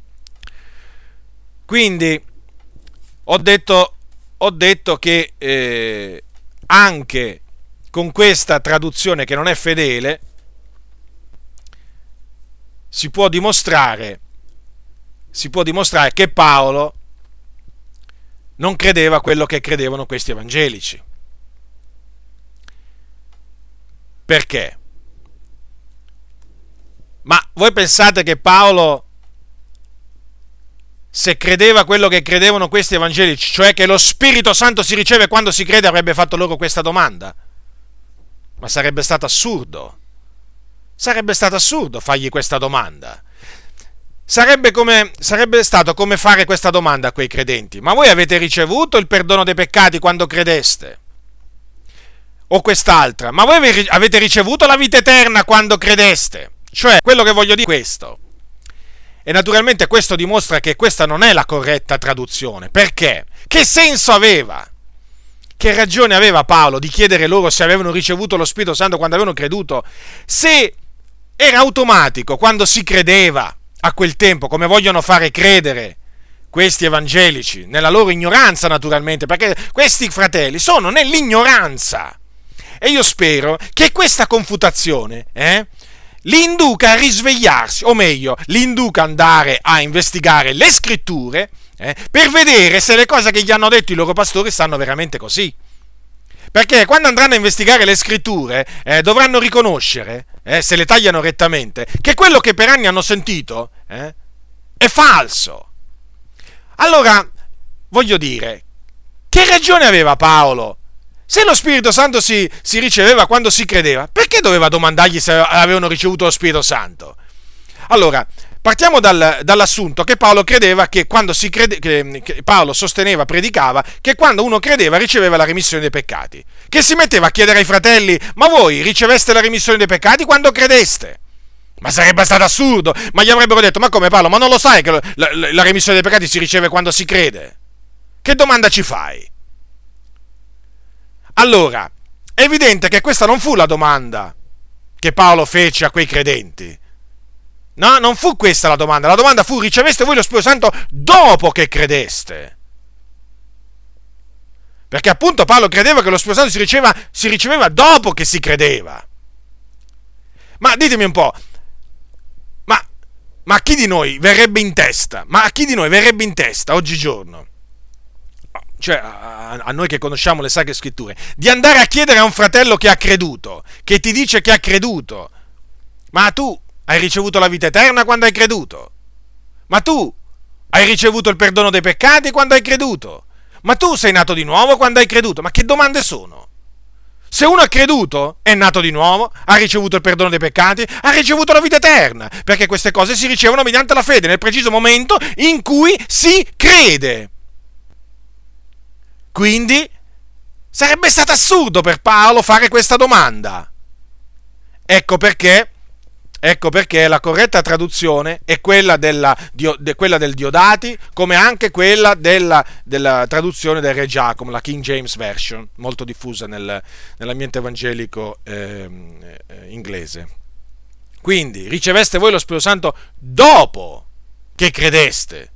quindi ho detto, ho detto che eh, anche con questa traduzione che non è fedele si può dimostrare si può dimostrare che Paolo non credeva quello che credevano questi evangelici. Perché? Ma voi pensate che Paolo, se credeva quello che credevano questi evangelici, cioè che lo Spirito Santo si riceve quando si crede, avrebbe fatto loro questa domanda? Ma sarebbe stato assurdo. Sarebbe stato assurdo fargli questa domanda. Sarebbe, come, sarebbe stato come fare questa domanda a quei credenti: ma voi avete ricevuto il perdono dei peccati quando credeste? O quest'altra: ma voi avete ricevuto la vita eterna quando credeste? Cioè, quello che voglio dire è questo. E naturalmente questo dimostra che questa non è la corretta traduzione. Perché? Che senso aveva? Che ragione aveva Paolo di chiedere loro se avevano ricevuto lo Spirito Santo quando avevano creduto, se era automatico quando si credeva a quel tempo, come vogliono fare credere questi evangelici, nella loro ignoranza naturalmente, perché questi fratelli sono nell'ignoranza. E io spero che questa confutazione eh, li induca a risvegliarsi, o meglio, li induca ad andare a investigare le scritture, Eh, per vedere se le cose che gli hanno detto i loro pastori stanno veramente così. Perché quando andranno a investigare le scritture eh, dovranno riconoscere, eh, se le tagliano rettamente, che quello che per anni hanno sentito eh, è falso. Allora, voglio dire, che ragione aveva Paolo? Se lo Spirito Santo si, si riceveva quando si credeva, perché doveva domandargli se avevano ricevuto lo Spirito Santo? Allora, partiamo dal, dall'assunto che Paolo credeva che quando si crede, che, che Paolo sosteneva, predicava, che quando uno credeva riceveva la remissione dei peccati. Che si metteva a chiedere ai fratelli: ma voi riceveste la remissione dei peccati quando credeste? Ma sarebbe stato assurdo, ma gli avrebbero detto: ma come, Paolo, ma non lo sai che la, la, la remissione dei peccati si riceve quando si crede? Che domanda ci fai? Allora, è evidente che questa non fu la domanda che Paolo fece a quei credenti. No, non fu questa la domanda. La domanda fu: riceveste voi lo Spirito Santo dopo che credeste? Perché appunto Paolo credeva che lo Spirito Santo si riceveva, si riceveva dopo che si credeva. Ma ditemi un po', ma, ma a chi di noi verrebbe in testa? Ma a chi di noi verrebbe in testa oggigiorno? Cioè a, a noi che conosciamo le Sacre Scritture, di andare a chiedere a un fratello che ha creduto, che ti dice che ha creduto: ma tu hai ricevuto la vita eterna quando hai creduto? Ma tu hai ricevuto il perdono dei peccati quando hai creduto? Ma tu sei nato di nuovo quando hai creduto? Ma che domande sono? Se uno ha creduto, è nato di nuovo, ha ricevuto il perdono dei peccati, ha ricevuto la vita eterna, perché queste cose si ricevono mediante la fede, nel preciso momento in cui si crede. Quindi sarebbe stato assurdo per Paolo fare questa domanda. Ecco perché, ecco perché la corretta traduzione è quella, della, de, quella del Diodati, come anche quella della, della traduzione del Re Giacomo, la King James Version, molto diffusa nel, nell'ambiente evangelico eh, eh, inglese. Quindi riceveste voi lo Spirito Santo dopo che credeste.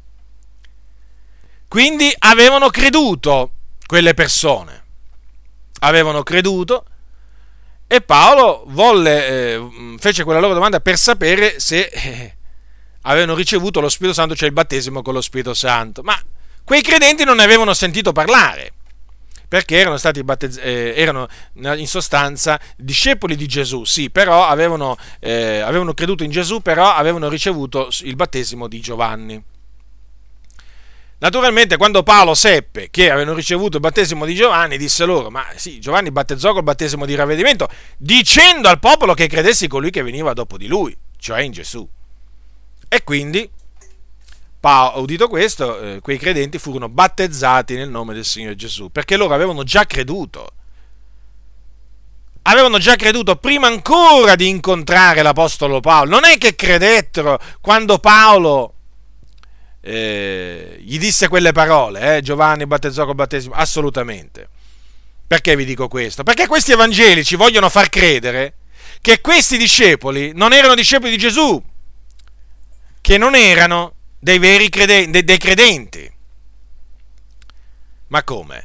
Quindi avevano creduto quelle persone, avevano creduto, e Paolo volle, eh, fece quella loro domanda per sapere se eh, avevano ricevuto lo Spirito Santo, cioè il battesimo con lo Spirito Santo. Ma quei credenti non ne avevano sentito parlare, perché erano stati battezzati, eh, erano in sostanza discepoli di Gesù, sì, però avevano, eh, avevano creduto in Gesù, però avevano ricevuto il battesimo di Giovanni. Naturalmente, quando Paolo seppe che avevano ricevuto il battesimo di Giovanni, disse loro: ma sì, Giovanni battezzò col battesimo di ravvedimento, dicendo al popolo che credessi colui che veniva dopo di lui, cioè in Gesù. E quindi, udito questo, eh, quei credenti furono battezzati nel nome del Signore Gesù, perché loro avevano già creduto. Avevano già creduto prima ancora di incontrare l'Apostolo Paolo. Non è che credettero quando Paolo Eh, gli disse quelle parole, eh, Giovanni battezzò col battesimo, assolutamente. Perché vi dico questo? Perché questi evangelici vogliono far credere che questi discepoli non erano discepoli di Gesù, che non erano dei veri credenti, dei credenti. Ma come?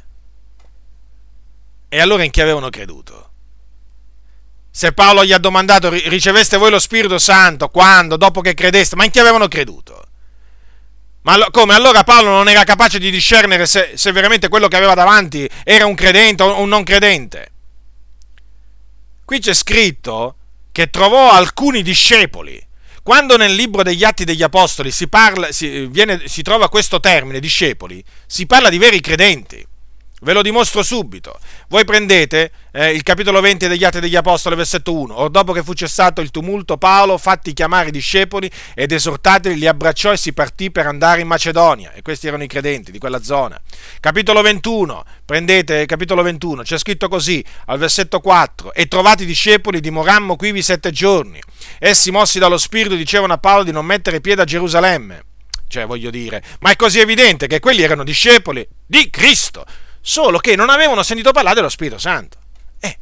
E allora in chi avevano creduto? Se Paolo gli ha domandato: riceveste voi lo Spirito Santo quando? Dopo che credeste? Ma in chi avevano creduto? Ma come? Allora Paolo non era capace di discernere se, se veramente quello che aveva davanti era un credente o un non credente? Qui c'è scritto che trovò alcuni discepoli. Quando nel libro degli Atti degli Apostoli si, parla, si, viene, si trova questo termine, discepoli, si parla di veri credenti. Ve lo dimostro subito. Voi prendete eh, il capitolo venti degli Atti degli Apostoli, versetto uno. Or dopo che fu cessato il tumulto, Paolo, fatti chiamare i discepoli ed esortateli, li abbracciò e si partì per andare in Macedonia. E questi erano i credenti di quella zona. Capitolo ventuno, prendete il capitolo ventuno, c'è scritto così, al versetto quattro: e trovati i discepoli dimorammo quivi sette giorni. Essi, mossi dallo Spirito, dicevano a Paolo di non mettere piede a Gerusalemme. Cioè, voglio dire, ma è così evidente che quelli erano discepoli di Cristo, solo che non avevano sentito parlare dello Spirito Santo. Eh,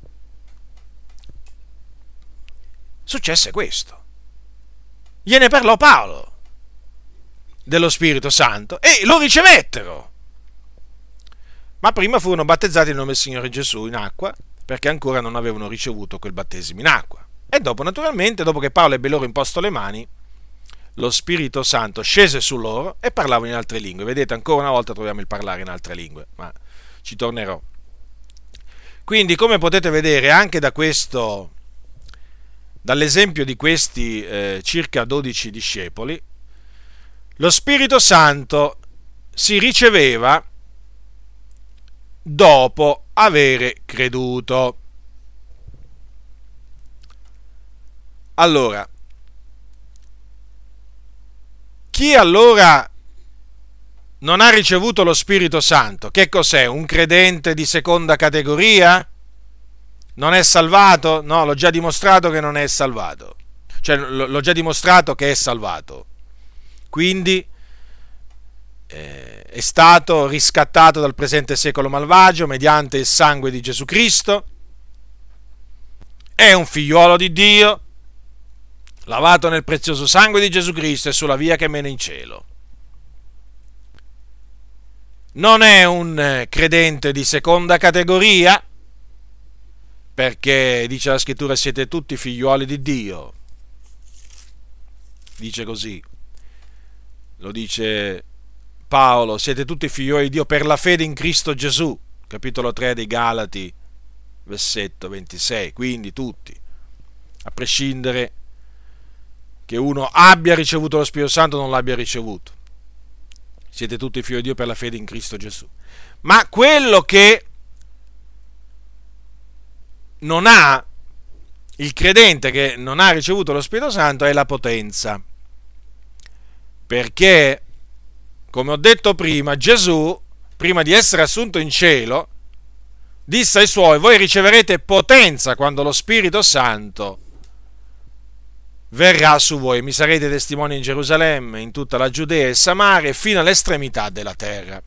successe questo. Gliene parlò Paolo dello Spirito Santo e lo ricevettero. Ma prima furono battezzati nel nome del Signore Gesù in acqua, perché ancora non avevano ricevuto quel battesimo in acqua. E dopo, naturalmente, dopo che Paolo ebbe loro imposto le mani, lo Spirito Santo scese su loro e parlavano in altre lingue. Vedete, ancora una volta troviamo il parlare in altre lingue, ma ci tornerò. Quindi, come potete vedere, anche da questo, dall'esempio di questi eh, circa dodici discepoli, lo Spirito Santo si riceveva dopo avere creduto. Allora, chi allora non ha ricevuto lo Spirito Santo, che cos'è? Un credente di seconda categoria? Non è salvato? No, l'ho già dimostrato che non è salvato. cioè l'ho già dimostrato che è salvato. Quindi eh, è stato riscattato dal presente secolo malvagio mediante il sangue di Gesù Cristo, è un figliuolo di Dio, lavato nel prezioso sangue di Gesù Cristo e sulla via che mena in cielo. Non è un credente di seconda categoria, perché dice la scrittura: siete tutti figliuoli di Dio. Dice così, lo dice Paolo: siete tutti figliuoli di Dio per la fede in Cristo Gesù, capitolo tre dei Galati, versetto ventisei. Quindi tutti, a prescindere che uno abbia ricevuto lo Spirito Santo o non l'abbia ricevuto, siete tutti figli di Dio per la fede in Cristo Gesù. Ma quello che non ha, il credente che non ha ricevuto lo Spirito Santo, è la potenza. Perché, come ho detto prima, Gesù, prima di essere assunto in cielo, disse ai suoi: voi riceverete potenza quando lo Spirito Santo verrà su voi, mi sarete testimoni in Gerusalemme, in tutta la Giudea e Samaria, fino all'estremità della terra.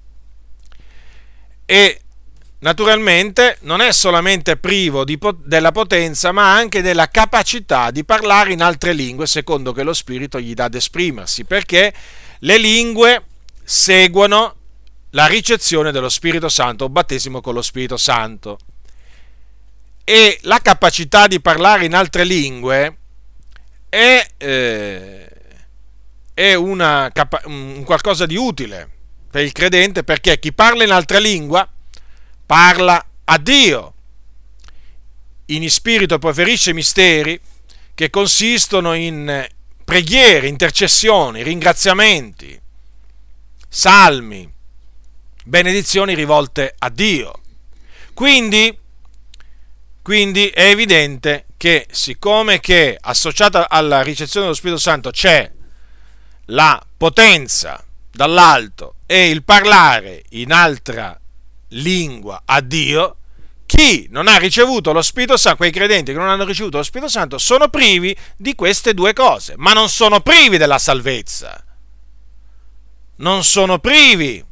E naturalmente non è solamente privo di, della potenza, ma anche della capacità di parlare in altre lingue, secondo che lo Spirito gli dà ad esprimersi, perché le lingue seguono la ricezione dello Spirito Santo, o battesimo con lo Spirito Santo. E la capacità di parlare in altre lingue è, eh, è una, un qualcosa di utile per il credente, perché chi parla in altra lingua parla a Dio, in spirito proferisce misteri che consistono in preghiere, intercessioni, ringraziamenti, salmi, benedizioni rivolte a Dio. Quindi, quindi è evidente che, siccome che associata alla ricezione dello Spirito Santo c'è la potenza dall'alto e il parlare in altra lingua a Dio, chi non ha ricevuto lo Spirito Santo, quei credenti che non hanno ricevuto lo Spirito Santo, sono privi di queste due cose, ma non sono privi della salvezza, non sono privi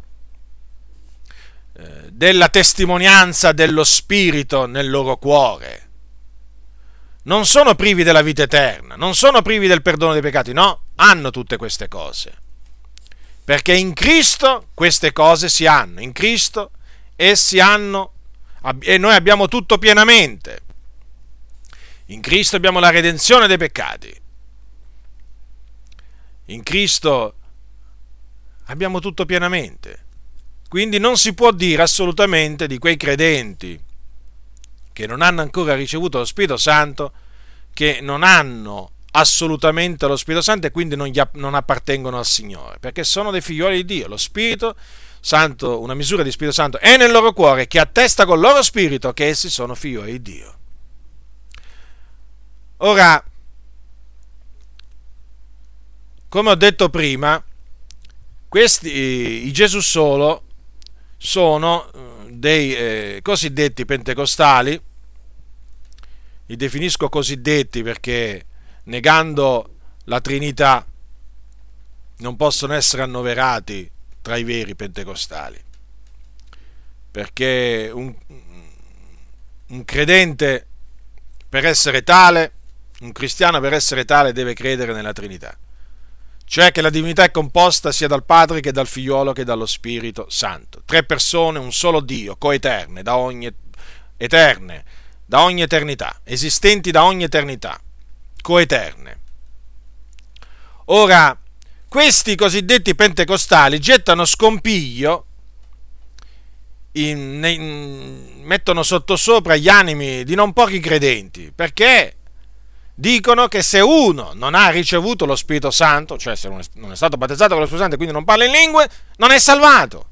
eh, della testimonianza dello Spirito nel loro cuore, non sono privi della vita eterna, non sono privi del perdono dei peccati, no, hanno tutte queste cose, perché in Cristo queste cose si hanno, in Cristo essi hanno, e noi abbiamo tutto pienamente. In Cristo abbiamo la redenzione dei peccati. In Cristo abbiamo tutto pienamente. Quindi non si può dire assolutamente di quei credenti che non hanno ancora ricevuto lo Spirito Santo che non hanno assolutamente lo Spirito Santo e quindi non, gli, non appartengono al Signore, perché sono dei figlioli di Dio. Lo Spirito Santo, una misura di Spirito Santo è nel loro cuore, che attesta col loro spirito che essi sono figlioli di Dio. Ora, come ho detto prima, questi, i Gesù solo, sono dei eh, cosiddetti pentecostali. Li definisco cosiddetti perché, negando la Trinità, non possono essere annoverati tra i veri pentecostali, perché un, un credente, per essere tale, un cristiano per essere tale, deve credere nella Trinità, cioè che la divinità è composta sia dal Padre che dal Figliolo che dallo Spirito Santo, tre persone, un solo Dio, coeterne da ogni eterne, da ogni eternità, esistenti da ogni eternità, coeterne. Ora, questi cosiddetti pentecostali gettano scompiglio, in, in, mettono sottosopra gli animi di non pochi credenti, perché dicono che se uno non ha ricevuto lo Spirito Santo, cioè se non è, non è stato battezzato con lo Spirito Santo e quindi non parla in lingue, non è salvato.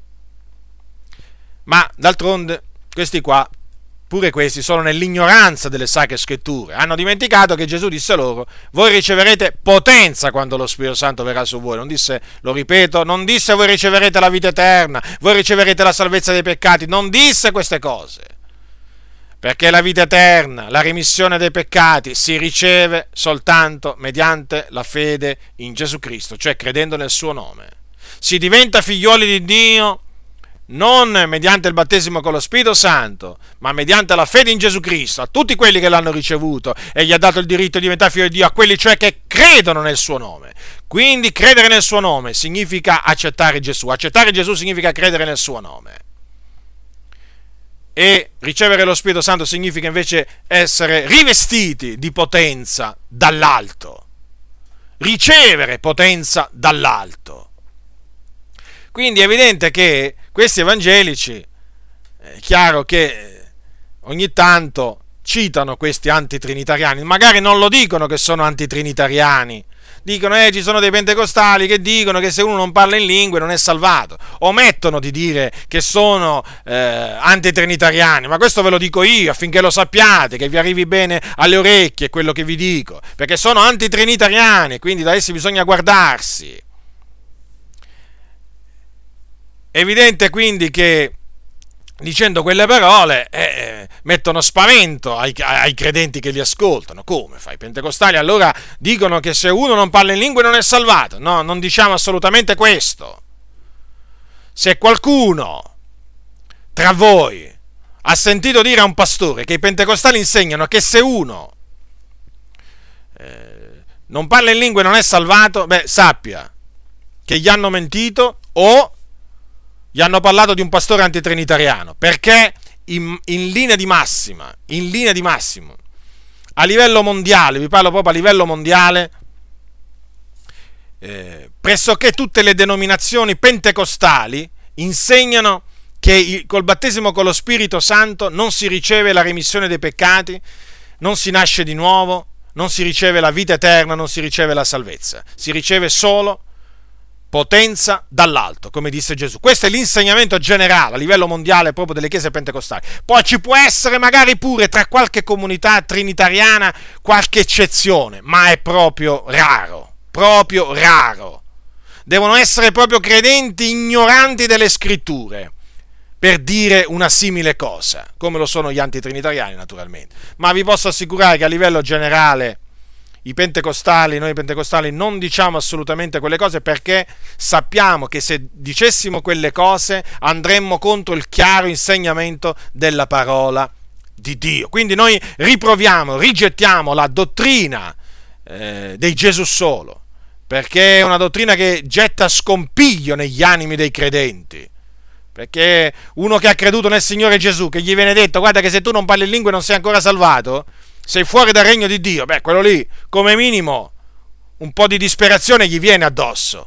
Ma d'altronde questi qua, pure questi, sono nell'ignoranza delle sacre scritture, hanno dimenticato che Gesù disse loro: voi riceverete potenza quando lo Spirito Santo verrà su voi. Non disse, lo ripeto, non disse voi riceverete la vita eterna, voi riceverete la salvezza dei peccati, non disse queste cose, perché la vita eterna, la remissione dei peccati si riceve soltanto mediante la fede in Gesù Cristo, cioè credendo nel suo nome. Si diventa figlioli di Dio non mediante il battesimo con lo Spirito Santo, ma mediante la fede in Gesù Cristo, a tutti quelli che l'hanno ricevuto e gli ha dato il diritto di diventare figlio di Dio, a quelli cioè che credono nel suo nome. Quindi credere nel suo nome significa accettare Gesù, accettare Gesù significa credere nel suo nome. E ricevere lo Spirito Santo significa invece essere rivestiti di potenza dall'alto, ricevere potenza dall'alto. Quindi è evidente che questi evangelici, è chiaro che ogni tanto citano questi antitrinitariani, magari non lo dicono che sono antitrinitariani, dicono eh ci sono dei pentecostali che dicono che se uno non parla in lingue non è salvato, omettono di dire che sono eh, antitrinitariani, ma questo ve lo dico io affinché lo sappiate, che vi arrivi bene alle orecchie quello che vi dico, perché sono antitrinitariani, quindi da essi bisogna guardarsi. Evidente quindi che dicendo quelle parole eh, mettono spavento ai, ai credenti che li ascoltano. Come fa? I pentecostali allora dicono che se uno non parla in lingue non è salvato? No, non diciamo assolutamente questo. Se qualcuno tra voi ha sentito dire a un pastore che i pentecostali insegnano che se uno eh, non parla in lingue non è salvato, beh, sappia che gli hanno mentito o gli hanno parlato di un pastore antitrinitariano, perché in, in linea di massima, in linea di massimo, a livello mondiale, vi parlo proprio a livello mondiale, eh, pressoché tutte le denominazioni pentecostali insegnano che il, col battesimo con lo Spirito Santo non si riceve la remissione dei peccati, non si nasce di nuovo, non si riceve la vita eterna, non si riceve la salvezza, si riceve solo potenza dall'alto, come disse Gesù. Questo è l'insegnamento generale a livello mondiale proprio delle chiese pentecostali. Poi ci può essere magari pure tra qualche comunità trinitariana qualche eccezione, ma è proprio raro, proprio raro. Devono essere proprio credenti ignoranti delle scritture per dire una simile cosa, come lo sono gli antitrinitariani naturalmente. Ma vi posso assicurare che a livello generale I pentecostali, noi pentecostali non diciamo assolutamente quelle cose, perché sappiamo che se dicessimo quelle cose andremmo contro il chiaro insegnamento della parola di Dio. Quindi noi riproviamo, rigettiamo la dottrina eh, dei Gesù solo, perché è una dottrina che getta scompiglio negli animi dei credenti. Perché uno che ha creduto nel Signore Gesù, che gli viene detto guarda che se tu non parli in lingue non sei ancora salvato, sei fuori dal regno di Dio, beh, quello lì, come minimo, un po' di disperazione gli viene addosso.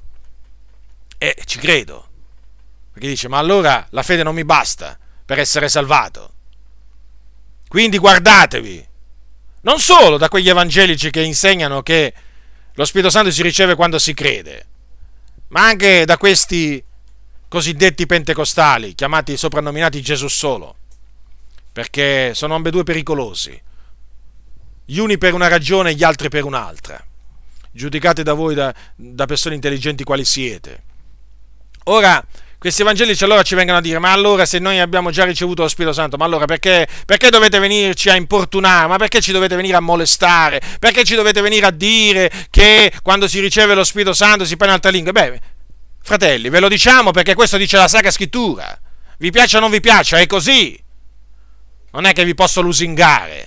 E ci credo. Perché dice, ma allora la fede non mi basta per essere salvato. Quindi guardatevi, non solo da quegli evangelici che insegnano che lo Spirito Santo si riceve quando si crede, ma anche da questi cosiddetti pentecostali, chiamati, soprannominati Gesù solo, perché sono ambedue pericolosi. Gli uni per una ragione e gli altri per un'altra. Giudicate da voi, da, da persone intelligenti quali siete. Ora, questi evangelici allora ci vengono a dire, ma allora se noi abbiamo già ricevuto lo Spirito Santo, ma allora perché, perché dovete venirci a importunare? Ma perché ci dovete venire a molestare? Perché ci dovete venire a dire che quando si riceve lo Spirito Santo si parla in altre lingue? Beh, fratelli, ve lo diciamo perché questo dice la Sacra Scrittura. Vi piaccia o non vi piaccia, è così. Non è che vi posso lusingare.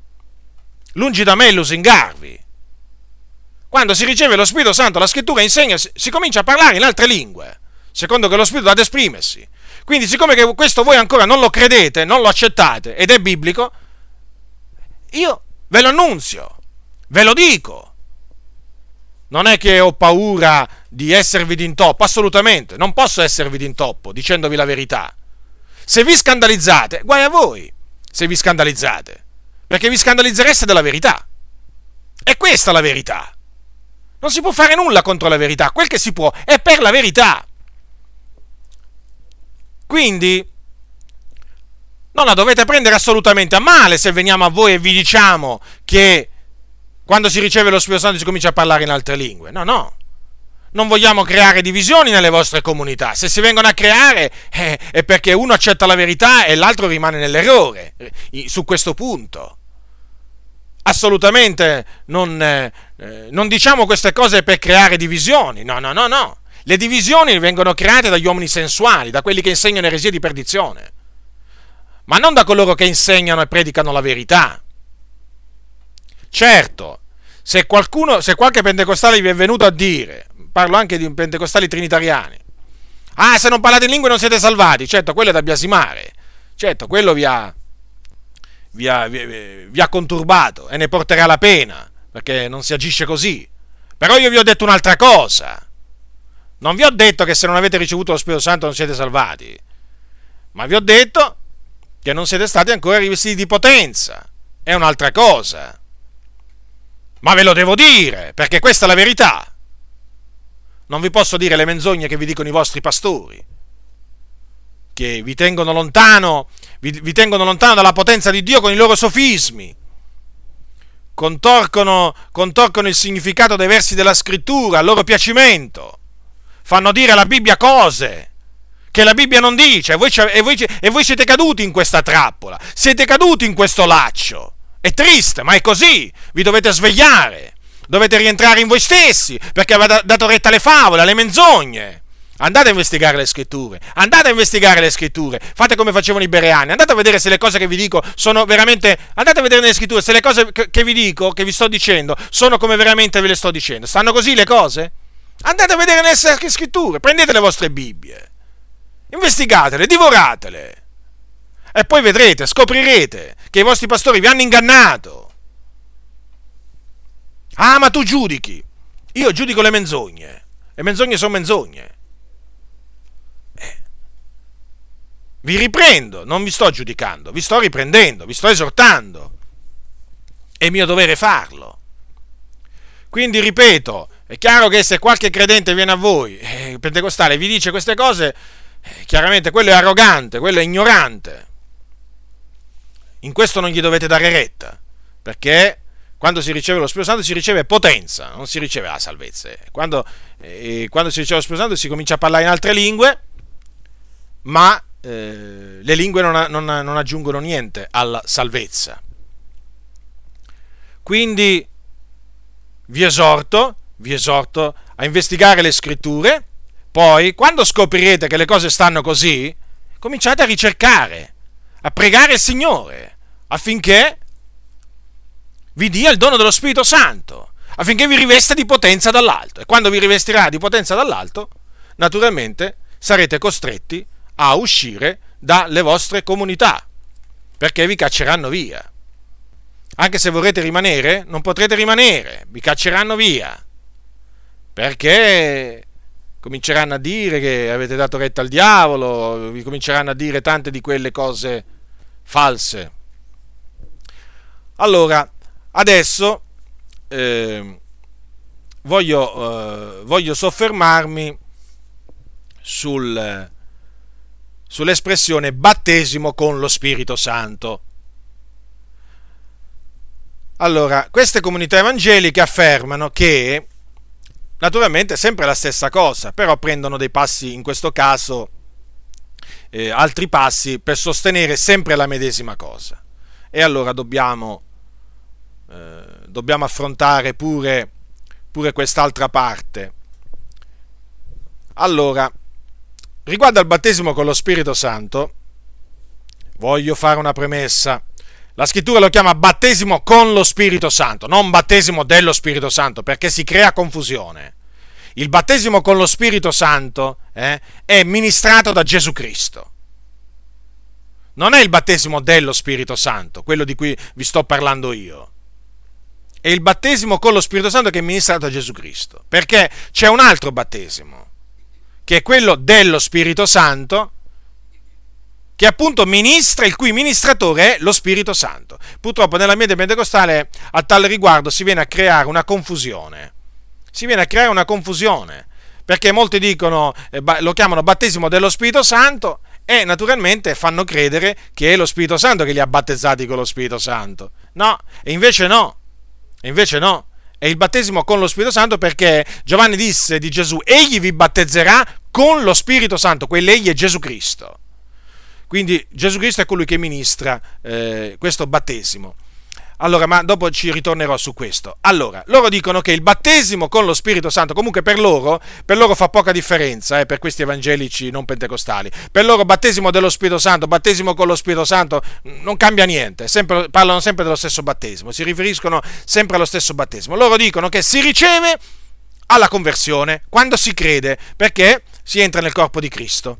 Lungi da me lusingarvi. Quando si riceve lo Spirito Santo, la Scrittura insegna, si comincia a parlare in altre lingue, secondo che lo Spirito dà ad esprimersi. Quindi, siccome che questo voi ancora non lo credete, non lo accettate, ed è biblico, io ve lo annunzio, ve lo dico. Non è che ho paura di esservi d'intoppo, assolutamente, non posso esservi d'intoppo, dicendovi la verità. Se vi scandalizzate, guai a voi, se vi scandalizzate. Perché vi scandalizzereste della verità. E questa è la verità. Non si può fare nulla contro la verità. Quel che si può è per la verità. Quindi non la dovete prendere assolutamente a male se veniamo a voi e vi diciamo che quando si riceve lo Spirito Santo si comincia a parlare in altre lingue. No, no. non vogliamo creare divisioni nelle vostre comunità. Se si vengono a creare eh, è perché uno accetta la verità e l'altro rimane nell'errore eh, su questo punto. Assolutamente non, eh, non diciamo queste cose per creare divisioni, no, no, no, no. Le divisioni vengono create dagli uomini sensuali, da quelli che insegnano eresie di perdizione, ma non da coloro che insegnano e predicano la verità. Certo, se qualcuno, se qualche pentecostale vi è venuto a dire, parlo anche di pentecostali trinitariani, ah, se non parlate in lingue non siete salvati, certo, quello è da biasimare, certo, quello vi ha, vi ha, vi, vi ha conturbato e ne porterà la pena, perché non si agisce così. Però io vi ho detto un'altra cosa, non vi ho detto che se non avete ricevuto lo Spirito Santo non siete salvati, ma vi ho detto che non siete stati ancora rivestiti di potenza, è un'altra cosa. Ma ve lo devo dire, perché questa è la verità. Non vi posso dire le menzogne che vi dicono i vostri pastori, che vi tengono lontano, vi, vi tengono lontano dalla potenza di Dio con i loro sofismi, contorcono, contorcono il significato dei versi della Scrittura a loro piacimento, fanno dire alla Bibbia cose che la Bibbia non dice, e voi, e voi, e voi siete caduti in questa trappola, siete caduti in questo laccio. È triste, ma è così, vi dovete svegliare, dovete rientrare in voi stessi, perché avete dato retta alle favole, alle menzogne. Andate a investigare le scritture, andate a investigare le scritture, fate come facevano i bereani, andate a vedere se le cose che vi dico sono veramente, andate a vedere nelle scritture se le cose che vi dico, che vi sto dicendo, sono come veramente ve le sto dicendo. Stanno così le cose? Andate a vedere nelle scritture, prendete le vostre Bibbie, investigatele, divoratele. E poi vedrete, scoprirete che i vostri pastori vi hanno ingannato. Ah, ma tu giudichi. Io giudico le menzogne. Le menzogne sono menzogne. Eh. Vi riprendo, non vi sto giudicando, vi sto riprendendo, vi sto esortando. È mio dovere farlo. Quindi, ripeto, è chiaro che se qualche credente viene a voi, eh, pentecostale, vi dice queste cose, eh, chiaramente quello è arrogante, quello è ignorante. In questo non gli dovete dare retta, perché quando si riceve lo Spirito Santo si riceve potenza, non si riceve la salvezza. Quando, eh, quando si riceve lo Spirito Santo si comincia a parlare in altre lingue, ma eh, le lingue non, non, non aggiungono niente alla salvezza. Quindi vi esorto, vi esorto a investigare le scritture, poi quando scoprirete che le cose stanno così, cominciate a ricercare, a pregare il Signore, affinché vi dia il dono dello Spirito Santo, affinché vi rivesta di potenza dall'alto. E quando vi rivestirà di potenza dall'alto, naturalmente sarete costretti a uscire dalle vostre comunità, perché vi cacceranno via. Anche se vorrete rimanere, non potrete rimanere, vi cacceranno via, perché cominceranno a dire che avete dato retta al diavolo, vi cominceranno a dire tante di quelle cose false. Allora, adesso eh, voglio, eh, voglio soffermarmi sul, sull'espressione battesimo con lo Spirito Santo. Allora, queste comunità evangeliche affermano che, naturalmente, è sempre la stessa cosa, però prendono dei passi, in questo caso, eh, altri passi per sostenere sempre la medesima cosa. E allora dobbiamo, eh, dobbiamo affrontare pure, pure quest'altra parte. Allora, riguardo al battesimo con lo Spirito Santo, voglio fare una premessa. La scrittura lo chiama battesimo con lo Spirito Santo, non battesimo dello Spirito Santo, perché si crea confusione. Il battesimo con lo Spirito Santo eh, è ministrato da Gesù Cristo. Non è il battesimo dello Spirito Santo, quello di cui vi sto parlando io. È il battesimo con lo Spirito Santo che è ministrato da Gesù Cristo. Perché c'è un altro battesimo, che è quello dello Spirito Santo, che appunto ministra, il cui ministratore è lo Spirito Santo. Purtroppo nell'ambiente pentecostale a tal riguardo si viene a creare una confusione. Si viene a creare una confusione, perché molti dicono, eh, lo chiamano battesimo dello Spirito Santo, e naturalmente fanno credere che è lo Spirito Santo che li ha battezzati con lo Spirito Santo. No, e invece no, e invece no, è il battesimo con lo Spirito Santo, perché Giovanni disse di Gesù: egli vi battezzerà con lo Spirito Santo. Quell'egli è Gesù Cristo. Quindi Gesù Cristo è colui che ministra eh, questo battesimo. Allora, ma dopo ci ritornerò su questo. Allora, loro dicono che il battesimo con lo Spirito Santo, comunque per loro, per loro fa poca differenza, eh, per questi evangelici non pentecostali. Per loro battesimo dello Spirito Santo, battesimo con lo Spirito Santo, non cambia niente, sempre, parlano sempre dello stesso battesimo, si riferiscono sempre allo stesso battesimo. Loro dicono che si riceve alla conversione, quando si crede, perché si entra nel corpo di Cristo,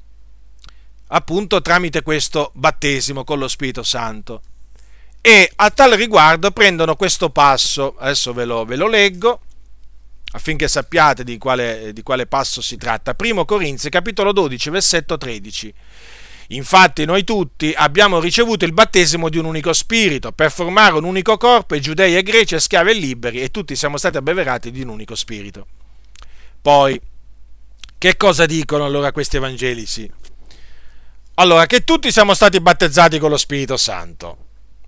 appunto tramite questo battesimo con lo Spirito Santo. E a tal riguardo prendono questo passo, adesso ve lo, ve lo leggo, affinché sappiate di quale, di quale passo si tratta. Primo Corinzi, capitolo dodici, versetto tredici. Infatti noi tutti abbiamo ricevuto il battesimo di un unico spirito, per formare un unico corpo, e giudei e greci, e schiavi e liberi, e tutti siamo stati abbeverati di un unico spirito. Poi, che cosa dicono allora questi evangelici? Allora, che tutti siamo stati battezzati con lo Spirito Santo.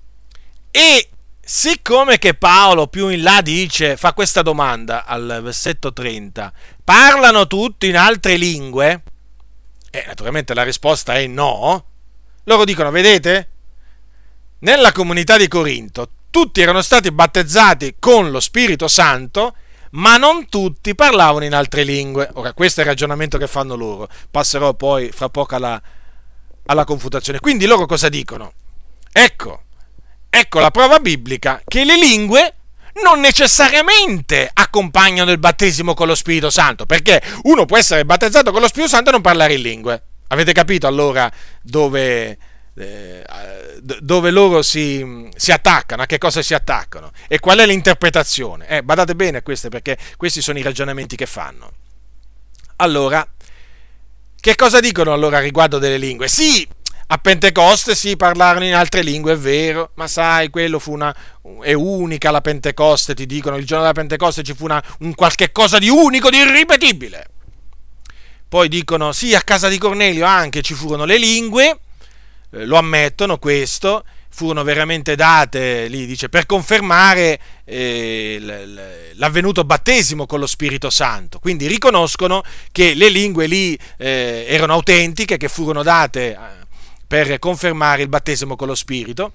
E siccome che Paolo più in là dice, fa questa domanda al versetto trenta, parlano tutti in altre lingue? E naturalmente la risposta è no. Loro dicono: vedete? Nella comunità di Corinto tutti erano stati battezzati con lo Spirito Santo, ma non tutti parlavano in altre lingue. Ora, questo è il ragionamento che fanno loro. Passerò poi fra poco alla, alla confutazione. Quindi loro cosa dicono? Ecco, ecco la prova biblica che le lingue non necessariamente accompagnano il battesimo con lo Spirito Santo, perché uno può essere battezzato con lo Spirito Santo e non parlare in lingue. Avete capito allora dove, eh, dove loro si, si attaccano, a che cosa si attaccano e qual è l'interpretazione? Eh, badate bene a queste, perché questi sono i ragionamenti che fanno. Allora, che cosa dicono allora riguardo delle lingue? Sì, a Pentecoste si parlarono in altre lingue, è vero, ma sai, quello fu una, è unica la Pentecoste, ti dicono, il giorno della Pentecoste ci fu una, un qualche cosa di unico, di irripetibile. Poi dicono, sì, a casa di Cornelio anche ci furono le lingue, eh, lo ammettono questo, furono veramente date, lì dice, per confermare eh, l'avvenuto battesimo con lo Spirito Santo. Quindi riconoscono che le lingue lì eh, erano autentiche, che furono date eh, per confermare il battesimo con lo Spirito.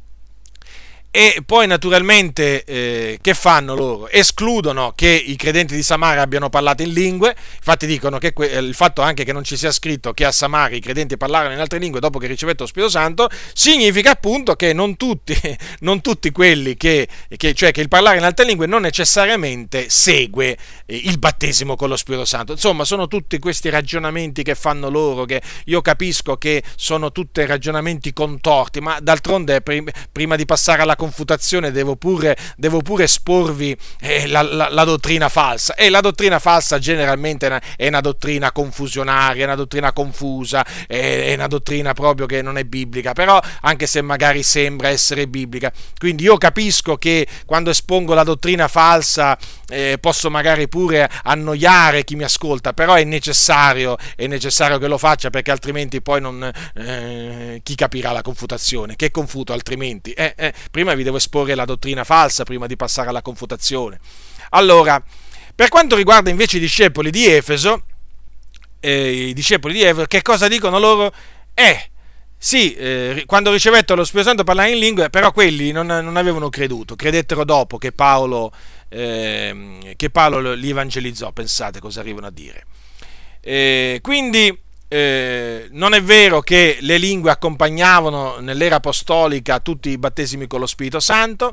E poi naturalmente eh, che fanno loro? Escludono che i credenti di Samaria abbiano parlato in lingue. Infatti dicono che que- il fatto anche che non ci sia scritto che a Samaria i credenti parlarono in altre lingue dopo che ricevettero lo Spirito Santo significa appunto che non tutti, non tutti quelli che, che cioè che il parlare in altre lingue non necessariamente segue eh, il battesimo con lo Spirito Santo. Insomma, sono tutti questi ragionamenti che fanno loro, che io capisco che sono tutti ragionamenti contorti, ma d'altronde prim- prima di passare alla confutazione devo pure, devo pure esporvi eh, la, la, la dottrina falsa, e la dottrina falsa generalmente è una, è una dottrina confusionaria, è una dottrina confusa, è, è una dottrina proprio che non è biblica, però anche se magari sembra essere biblica. Quindi io capisco che quando espongo la dottrina falsa eh, posso magari pure annoiare chi mi ascolta, però è necessario, è necessario che lo faccia, perché altrimenti poi non eh, chi capirà la confutazione? Che confuto altrimenti? Eh, eh, prima vi devo esporre la dottrina falsa prima di passare alla confutazione. Allora, per quanto riguarda invece i discepoli di Efeso, eh, i discepoli di Efeso, che cosa dicono loro? Eh, sì, eh, quando ricevettero lo Spirito Santo parlare in lingue, però quelli non, non avevano creduto, credettero dopo che Paolo, eh, che Paolo li evangelizzò. Pensate cosa arrivano a dire. Eh, quindi Eh, non è vero che le lingue accompagnavano nell'era apostolica tutti i battesimi con lo Spirito Santo,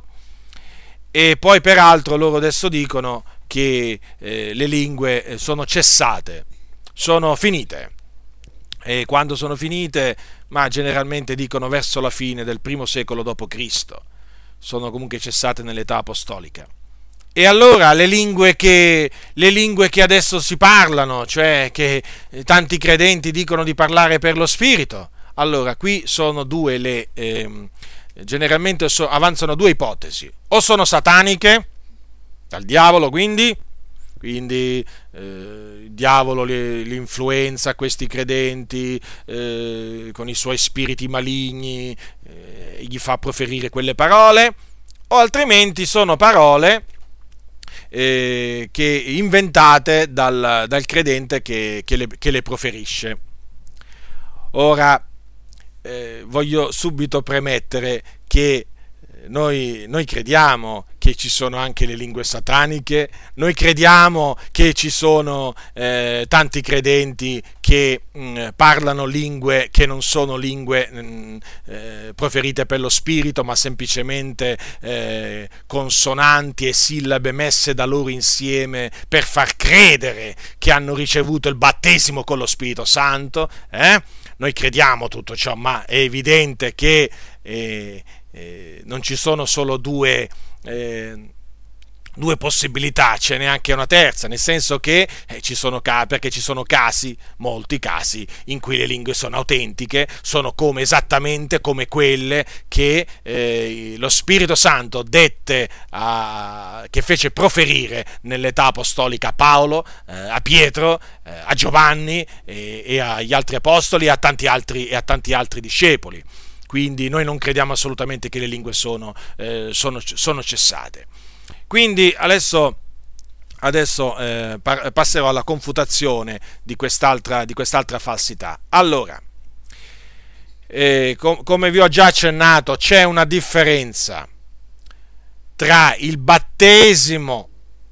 e poi peraltro loro adesso dicono che eh, le lingue sono cessate, sono finite, e quando sono finite, ma generalmente dicono verso la fine del primo secolo dopo Cristo, sono comunque cessate nell'età apostolica. E allora le lingue che, le lingue che adesso si parlano, cioè che tanti credenti dicono di parlare per lo Spirito, allora qui sono due le, eh, generalmente so, avanzano due ipotesi: o sono sataniche, dal diavolo quindi, quindi eh, il diavolo li, li influenza questi credenti eh, con i suoi spiriti maligni, eh, gli fa proferire quelle parole, o altrimenti sono parole eh, che inventate dal, dal credente che, che, le, che le proferisce. Ora, eh, voglio subito premettere che Noi, noi crediamo che ci sono anche le lingue sataniche, noi crediamo che ci sono eh, tanti credenti che mh, parlano lingue che non sono lingue mh, eh, proferite per lo spirito, ma semplicemente eh, consonanti e sillabe messe da loro insieme per far credere che hanno ricevuto il battesimo con lo Spirito Santo. Eh? Noi crediamo tutto ciò, ma è evidente che eh, Eh, non ci sono solo due, eh, due possibilità, ce n'è anche una terza, nel senso che eh, ci sono perché ci sono casi, molti casi, in cui le lingue sono autentiche, sono come esattamente come quelle che eh, lo Spirito Santo dette a, che fece proferire nell'età apostolica a Paolo, eh, a Pietro, eh, a Giovanni e, e agli altri apostoli e a tanti altri, e a tanti altri discepoli. Quindi noi non crediamo assolutamente che le lingue sono, eh, sono, sono cessate. Quindi adesso, adesso eh, par- passerò alla confutazione di quest'altra, di quest'altra falsità. Allora, eh, com- come vi ho già accennato, c'è una differenza tra il battesimo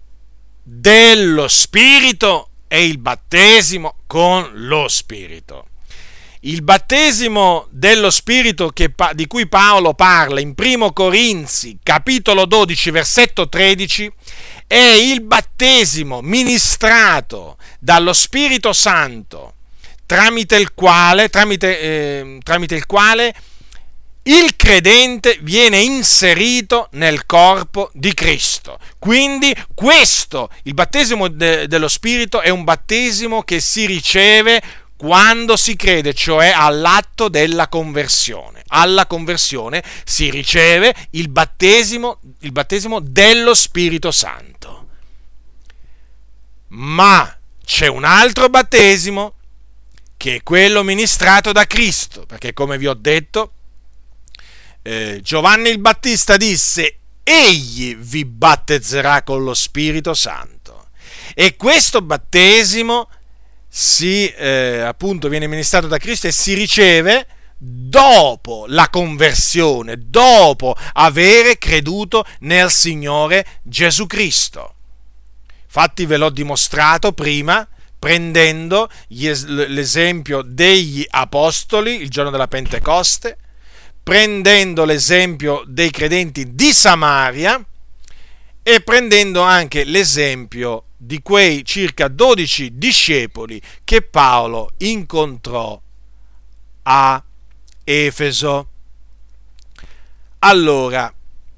dello Spirito e il battesimo con lo Spirito. Il battesimo dello Spirito che, di cui Paolo parla in Primo Corinzi, capitolo dodici, versetto tredici, è il battesimo ministrato dallo Spirito Santo, tramite il quale, tramite, eh, tramite il quale il credente viene inserito nel corpo di Cristo. Quindi questo, il battesimo de, dello Spirito, è un battesimo che si riceve quando si crede, cioè all'atto della conversione. Alla conversione si riceve il battesimo, il battesimo dello Spirito Santo. Ma c'è un altro battesimo che è quello ministrato da Cristo, perché come vi ho detto, eh, Giovanni il Battista disse: egli vi battezzerà con lo Spirito Santo. E questo battesimo si eh, appunto viene ministrato da Cristo e si riceve dopo la conversione, dopo avere creduto nel Signore Gesù Cristo. Infatti ve l'ho dimostrato prima prendendo es- l'esempio degli apostoli il giorno della Pentecoste, prendendo l'esempio dei credenti di Samaria e prendendo anche l'esempio di quei circa dodici discepoli che Paolo incontrò a Efeso. Allora,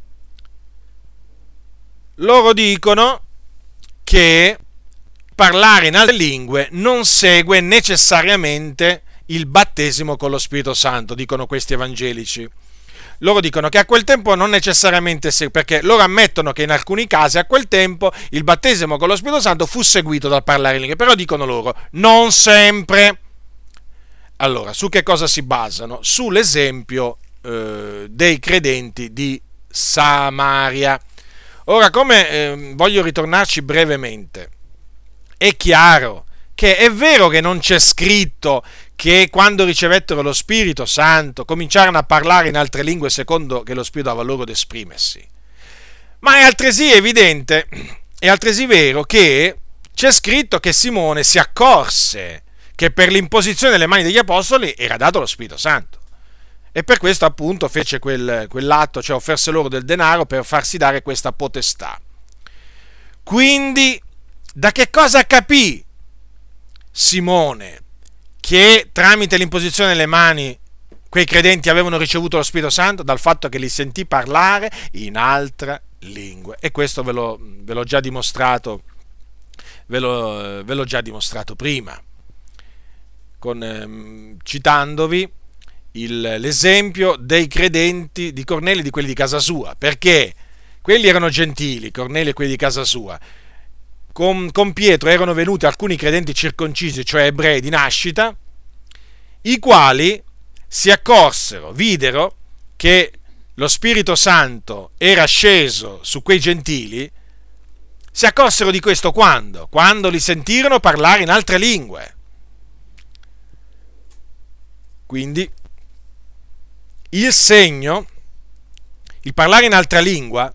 loro dicono che parlare in altre lingue non segue necessariamente il battesimo con lo Spirito Santo, dicono questi evangelici. Loro dicono che a quel tempo non necessariamente, perché loro ammettono che in alcuni casi a quel tempo il battesimo con lo Spirito Santo fu seguito dal parlare in lingue, però dicono loro non sempre. Allora, su che cosa si basano? Sull'esempio eh, dei credenti di Samaria. Ora, come eh, voglio ritornarci brevemente, è chiaro che è vero che non c'è scritto che quando ricevettero lo Spirito Santo cominciarono a parlare in altre lingue secondo che lo Spirito dava loro ad esprimersi. Ma è altresì evidente, è altresì vero che c'è scritto che Simone si accorse che per l'imposizione delle mani degli apostoli era dato lo Spirito Santo. E per questo appunto fece quel, quell'atto, cioè offerse loro del denaro per farsi dare questa potestà. Quindi, da che cosa capì Simone che tramite l'imposizione delle mani quei credenti avevano ricevuto lo Spirito Santo? Dal fatto che li sentì parlare in altra lingua. E questo ve l'ho, ve l'ho già dimostrato, ve l'ho, ve l'ho già dimostrato prima, con, ehm, citandovi il, l'esempio dei credenti di Cornelio e di quelli di casa sua, perché quelli erano gentili, Cornelio e quelli di casa sua. Con, con Pietro erano venuti alcuni credenti circoncisi, cioè ebrei di nascita, i quali si accorsero, videro che lo Spirito Santo era sceso su quei gentili, si accorsero di questo quando? Quando li sentirono parlare in altre lingue. Quindi il segno, il parlare in altra lingua,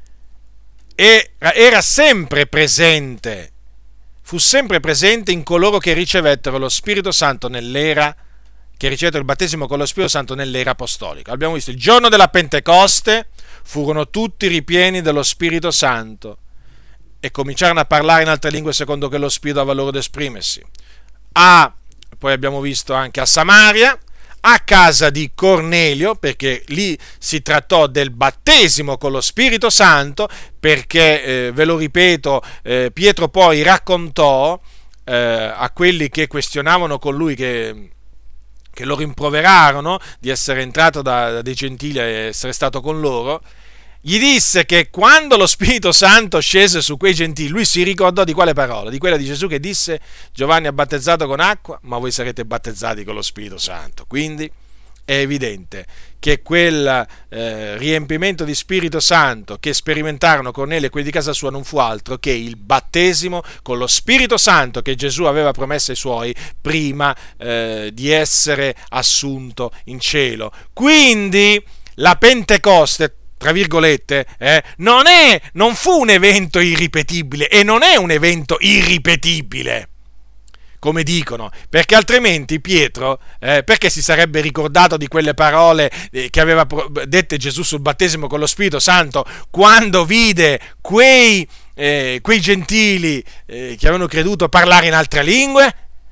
era sempre presente, fu sempre presente in coloro che ricevettero lo Spirito Santo nell'era, che ricevettero il battesimo con lo Spirito Santo nell'era apostolica. Abbiamo visto, il giorno della Pentecoste furono tutti ripieni dello Spirito Santo e cominciarono a parlare in altre lingue secondo che lo Spirito dava loro ad esprimersi. A, poi abbiamo visto anche a Samaria, a casa di Cornelio, perché lì si trattò del battesimo con lo Spirito Santo, perché, eh, ve lo ripeto, eh, Pietro poi raccontò eh, a quelli che questionavano con lui, che, che lo rimproverarono di essere entrato da, da dei gentili e essere stato con loro, gli disse che quando lo Spirito Santo scese su quei gentili, lui si ricordò di quale parola? Di quella di Gesù che disse: Giovanni ha battezzato con acqua, ma voi sarete battezzati con lo Spirito Santo. Quindi è evidente che quel eh, riempimento di Spirito Santo che sperimentarono Cornelio e quelli di casa sua non fu altro che il battesimo con lo Spirito Santo che Gesù aveva promesso ai suoi prima eh, di essere assunto in cielo. Quindi la Pentecoste, tra virgolette, eh, non è, non fu un evento irripetibile, e non è un evento irripetibile, come dicono, perché altrimenti Pietro, eh, perché si sarebbe ricordato di quelle parole eh, che aveva dette Gesù sul battesimo con lo Spirito Santo, quando vide quei, eh, quei gentili eh, che avevano creduto parlare in altre lingue?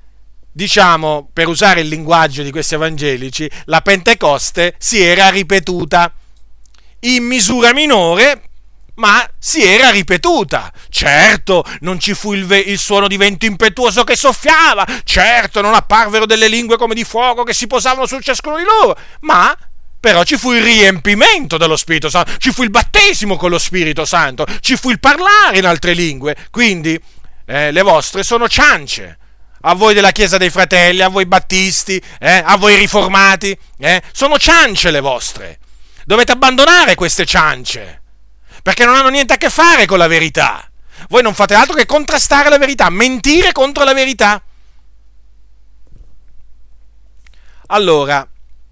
Diciamo, per usare il linguaggio di questi evangelici, la Pentecoste si era ripetuta in misura minore, ma si era ripetuta. Certo, non ci fu il, ve- il suono di vento impetuoso che soffiava, certo, non apparvero delle lingue come di fuoco che si posavano su ciascuno di loro, ma però ci fu il riempimento dello Spirito Santo, ci fu il battesimo con lo Spirito Santo, ci fu il parlare in altre lingue. Quindi eh, le vostre sono ciance. A voi della Chiesa dei Fratelli, a voi battisti, eh, a voi riformati, eh, sono ciance le vostre. Dovete abbandonare queste ciance, perché non hanno niente a che fare con la verità. Voi non fate altro che contrastare la verità, mentire contro la verità. Allora,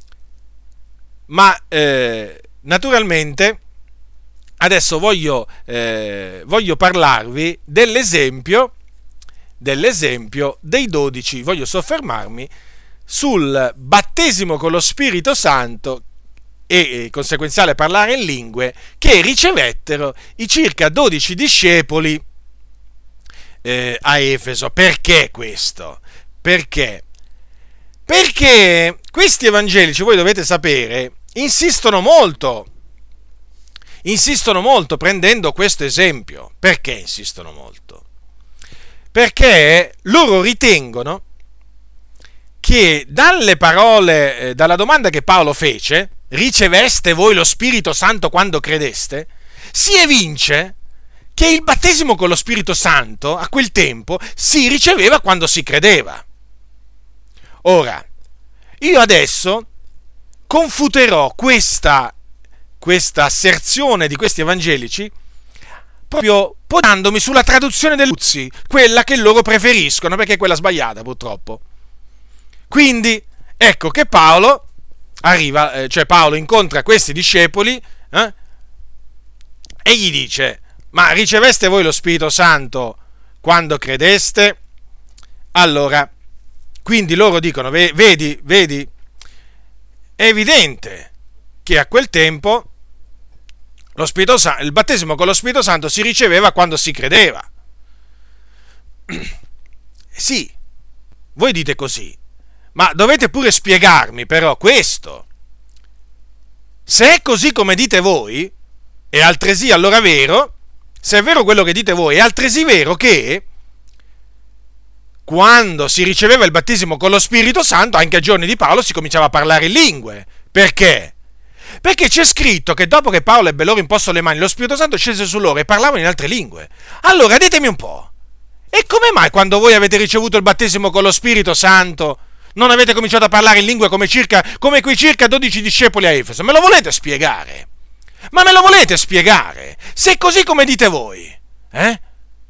ma eh, naturalmente adesso voglio, eh, voglio parlarvi dell'esempio, dell'esempio dei dodici. Voglio soffermarmi sul battesimo con lo Spirito Santo e conseguenziale parlare in lingue che ricevettero i circa dodici discepoli eh, a Efeso. Perché questo? Perché? Perché questi evangelici, voi dovete sapere, insistono molto, insistono molto prendendo questo esempio. Perché insistono molto? Perché loro ritengono che dalle parole, eh, dalla domanda che Paolo fece, riceveste voi lo Spirito Santo quando credeste, si evince che il battesimo con lo Spirito Santo a quel tempo si riceveva quando si credeva. Ora, io adesso confuterò questa, questa asserzione di questi evangelici proprio poggiandomi sulla traduzione dell'Uzzi, quella che loro preferiscono, perché è quella sbagliata purtroppo. Quindi ecco che Paolo arriva, eh, cioè Paolo incontra questi discepoli eh, e gli dice: ma riceveste voi lo Spirito Santo quando credeste? Allora, quindi loro dicono: vedi, vedi, è evidente che a quel tempo lo Spirito Santo, il battesimo con lo Spirito Santo si riceveva quando si credeva. Sì, voi dite così, ma dovete pure spiegarmi però questo. Se è così come dite voi, è altresì allora vero, se è vero quello che dite voi, è altresì vero che quando si riceveva il battesimo con lo Spirito Santo, anche ai giorni di Paolo si cominciava a parlare in lingue. Perché? Perché c'è scritto che dopo che Paolo ebbe loro imposto le mani, lo Spirito Santo scese su loro e parlavano in altre lingue. Allora ditemi un po', e come mai quando voi avete ricevuto il battesimo con lo Spirito Santo non avete cominciato a parlare in lingue come, circa, come quei circa dodici discepoli a Efeso? Me lo volete spiegare? Ma me lo volete spiegare? Se è così come dite voi, eh?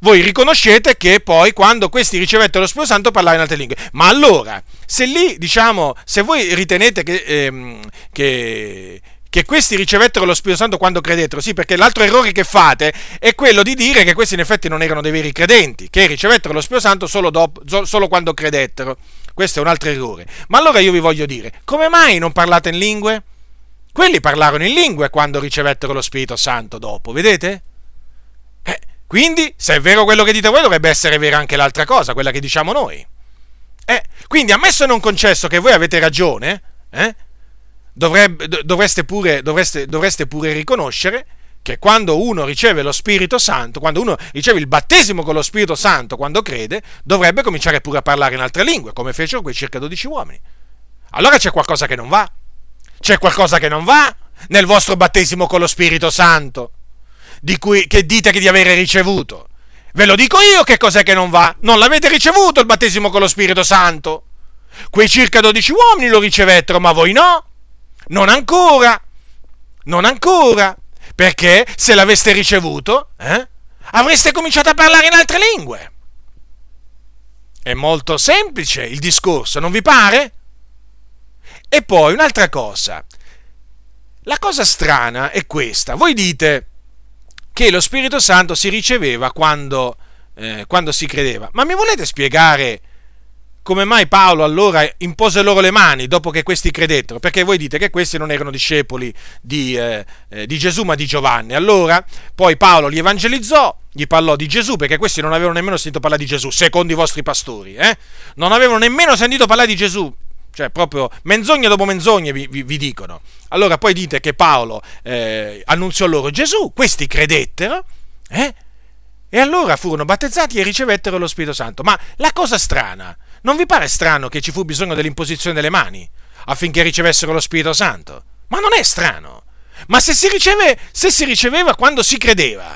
voi riconoscete che poi quando questi ricevettero lo Spirito Santo parlarono in altre lingue. Ma allora, se lì, diciamo, se voi ritenete che, ehm, che, che questi ricevettero lo Spirito Santo quando credettero, sì, perché l'altro errore che fate è quello di dire che questi in effetti non erano dei veri credenti, che ricevettero lo Spirito Santo solo, dopo, solo quando credettero. Questo è un altro errore. Ma allora io vi voglio dire, come mai non parlate in lingue? Quelli parlarono in lingue quando ricevettero lo Spirito Santo dopo, vedete? Eh, quindi, se è vero quello che dite voi, dovrebbe essere vera anche l'altra cosa, quella che diciamo noi. Eh, quindi, ammesso e non concesso che voi avete ragione, eh, dovrebbe, dovreste, pure, dovreste, dovreste pure riconoscere che quando uno riceve lo Spirito Santo, quando uno riceve il battesimo con lo Spirito Santo, quando crede, dovrebbe cominciare pure a parlare in altre lingue, come fecero quei circa dodici uomini. Allora c'è qualcosa che non va. C'è qualcosa che non va nel vostro battesimo con lo Spirito Santo, di cui che dite che di avere ricevuto. Ve lo dico io che cos'è che non va. Non l'avete ricevuto il battesimo con lo Spirito Santo. Quei circa dodici uomini lo ricevettero, ma voi no. Non ancora. Non ancora. Perché se l'aveste ricevuto, eh, avreste cominciato a parlare in altre lingue. È molto semplice il discorso, non vi pare? E poi un'altra cosa. La cosa strana è questa. Voi dite che lo Spirito Santo si riceveva quando, eh, quando si credeva. Ma mi volete spiegare come mai Paolo allora impose loro le mani dopo che questi credettero? Perché voi dite che questi non erano discepoli di, eh, eh, di Gesù ma di Giovanni. Allora poi Paolo li evangelizzò, gli parlò di Gesù, perché questi non avevano nemmeno sentito parlare di Gesù, secondo i vostri pastori. Eh? Non avevano nemmeno sentito parlare di Gesù. Cioè proprio menzogne dopo menzogne vi, vi, vi dicono. Allora poi dite che Paolo eh, annunziò loro Gesù, questi credettero, eh? E allora furono battezzati e ricevettero lo Spirito Santo. Ma la cosa strana, non vi pare strano che ci fu bisogno dell'imposizione delle mani affinché ricevessero lo Spirito Santo? Ma non è strano. Ma se si riceve, se si riceveva quando si credeva,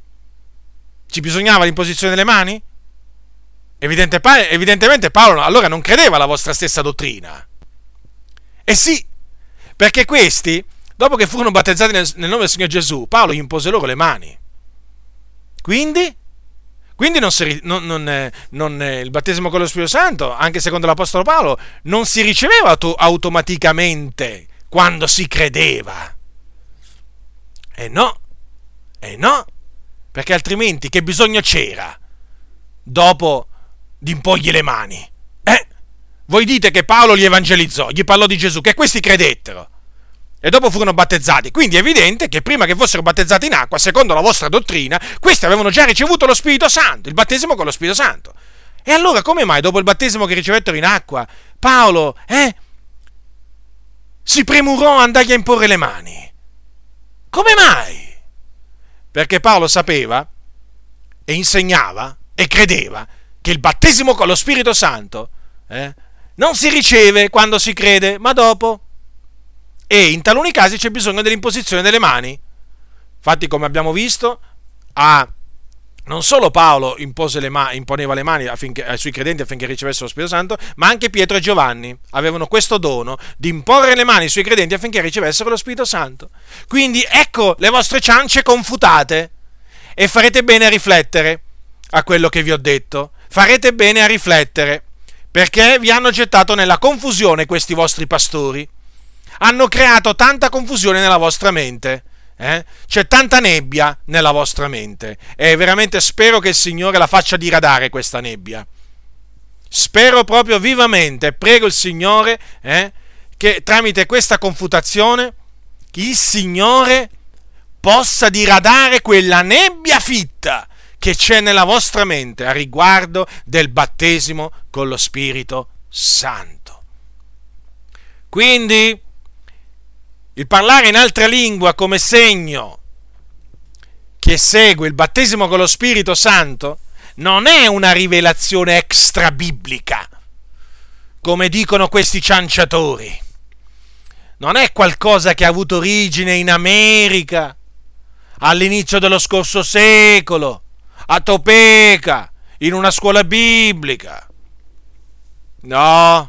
ci bisognava l'imposizione delle mani? Evidente, evidentemente Paolo allora non credeva alla vostra stessa dottrina. E sì, perché questi, dopo che furono battezzati nel, nel nome del Signore Gesù, Paolo gli impose loro le mani. Quindi, quindi non si, non, non, non, il battesimo con lo Spirito Santo, anche secondo l'Apostolo Paolo, non si riceveva auto, automaticamente quando si credeva. E no, e no, perché altrimenti che bisogno c'era dopo di imporgli le mani? Eh? Voi dite che Paolo li evangelizzò, gli parlò di Gesù, che questi credettero e dopo furono battezzati. Quindi è evidente che prima che fossero battezzati in acqua, secondo la vostra dottrina, questi avevano già ricevuto lo Spirito Santo, il battesimo con lo Spirito Santo. E allora come mai dopo il battesimo che ricevettero in acqua, Paolo eh, si premurò a andargli a imporre le mani? Come mai? Perché Paolo sapeva e insegnava e credeva che il battesimo con lo Spirito Santo eh, non si riceve quando si crede, ma dopo. E in taluni casi c'è bisogno dell'imposizione delle mani. Infatti, come abbiamo visto, a, non solo Paolo impose le ma, imponeva le mani affinché, ai suoi credenti affinché ricevessero lo Spirito Santo, ma anche Pietro e Giovanni avevano questo dono di imporre le mani ai suoi credenti affinché ricevessero lo Spirito Santo. Quindi ecco le vostre ciance confutate, e farete bene a riflettere a quello che vi ho detto. Farete bene a riflettere, perché vi hanno gettato nella confusione questi vostri pastori. Hanno creato tanta confusione nella vostra mente, eh? C'è tanta nebbia nella vostra mente, e veramente spero che il Signore la faccia diradare questa nebbia. Spero proprio vivamente, prego il Signore eh, che tramite questa confutazione il Signore possa diradare quella nebbia fitta che c'è nella vostra mente a riguardo del battesimo con lo Spirito Santo. Quindi il parlare in altra lingua come segno che segue il battesimo con lo Spirito Santo non è una rivelazione extra biblica, come dicono questi cianciatori. Non è qualcosa che ha avuto origine in America all'inizio dello scorso secolo, a Topeka, in una scuola biblica. No,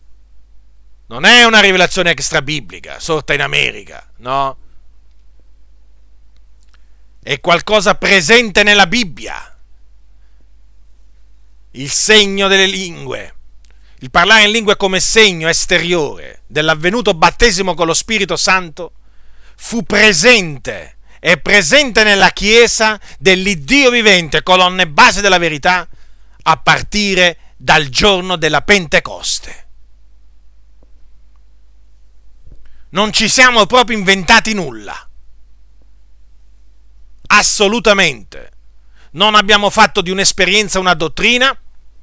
non è una rivelazione extra biblica sorta in America, no. È qualcosa presente nella Bibbia, il segno delle lingue, il parlare in lingue come segno esteriore dell'avvenuto battesimo con lo Spirito Santo, fu presente, è presente nella Chiesa dell'Iddio vivente, colonna e base della verità, a partire dal giorno della Pentecoste. Non ci siamo proprio inventati nulla. Assolutamente. Non abbiamo fatto di un'esperienza una dottrina,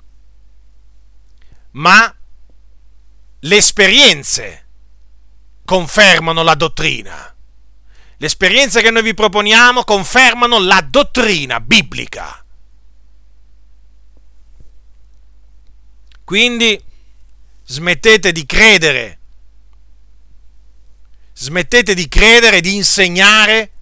ma le esperienze confermano la dottrina. Le esperienze che noi vi proponiamo confermano la dottrina biblica. Quindi smettete di credere, smettete di credere e di insegnare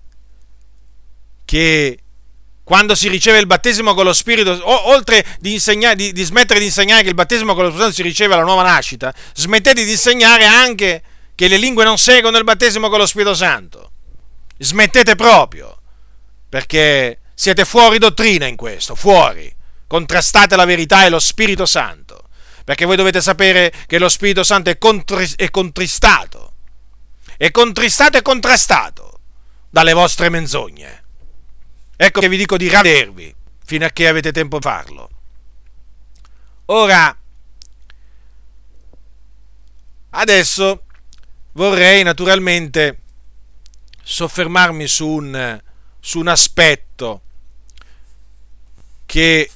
che quando si riceve il battesimo con lo Spirito, o, oltre di, insegnare, di, di smettere di insegnare che il battesimo con lo Spirito Santo si riceve alla nuova nascita, smettete di insegnare anche che le lingue non seguono il battesimo con lo Spirito Santo. Smettete proprio, perché siete fuori dottrina in questo, fuori. Contrastate la verità e lo Spirito Santo, perché voi dovete sapere che lo Spirito Santo è, contri- è contristato, è contristato e contrastato dalle vostre menzogne. Ecco che vi dico di ravvedervi fino a che avete tempo di farlo. Ora, adesso vorrei naturalmente soffermarmi su un, su un aspetto che,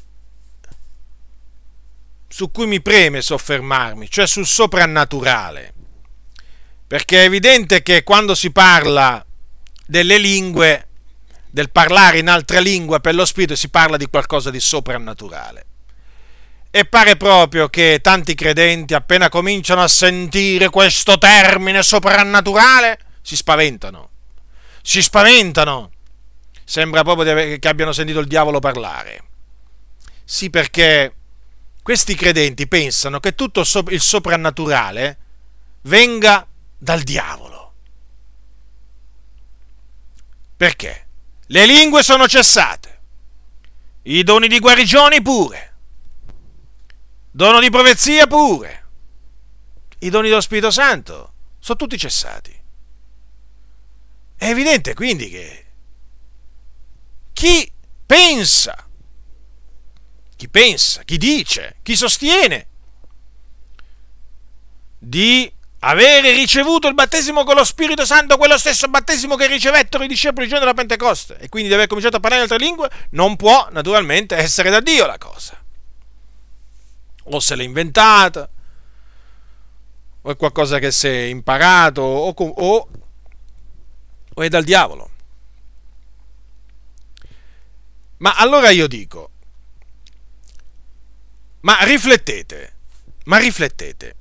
su cui mi preme soffermarmi, cioè sul soprannaturale. Perché è evidente che quando si parla delle lingue, del parlare in altra lingua per lo Spirito, si parla di qualcosa di soprannaturale. E pare proprio che tanti credenti, appena cominciano a sentire questo termine soprannaturale, si spaventano. Si spaventano. Sembra proprio di aver, che abbiano sentito il diavolo parlare. Sì, perché questi credenti pensano che tutto il soprannaturale venga dal diavolo. Perché? Le lingue sono cessate, i doni di guarigione pure, dono di profezia pure, i doni dello Spirito Santo sono tutti cessati. È evidente quindi che chi pensa, chi pensa, chi dice, chi sostiene di avere ricevuto il battesimo con lo Spirito Santo, quello stesso battesimo che ricevettero i discepoli il giorno della Pentecoste, e quindi di aver cominciato a parlare in altre lingue, non può naturalmente essere da Dio la cosa. O se l'è inventata, o è qualcosa che si è imparato, o, o, o è dal diavolo. Ma allora io dico, ma riflettete, ma riflettete.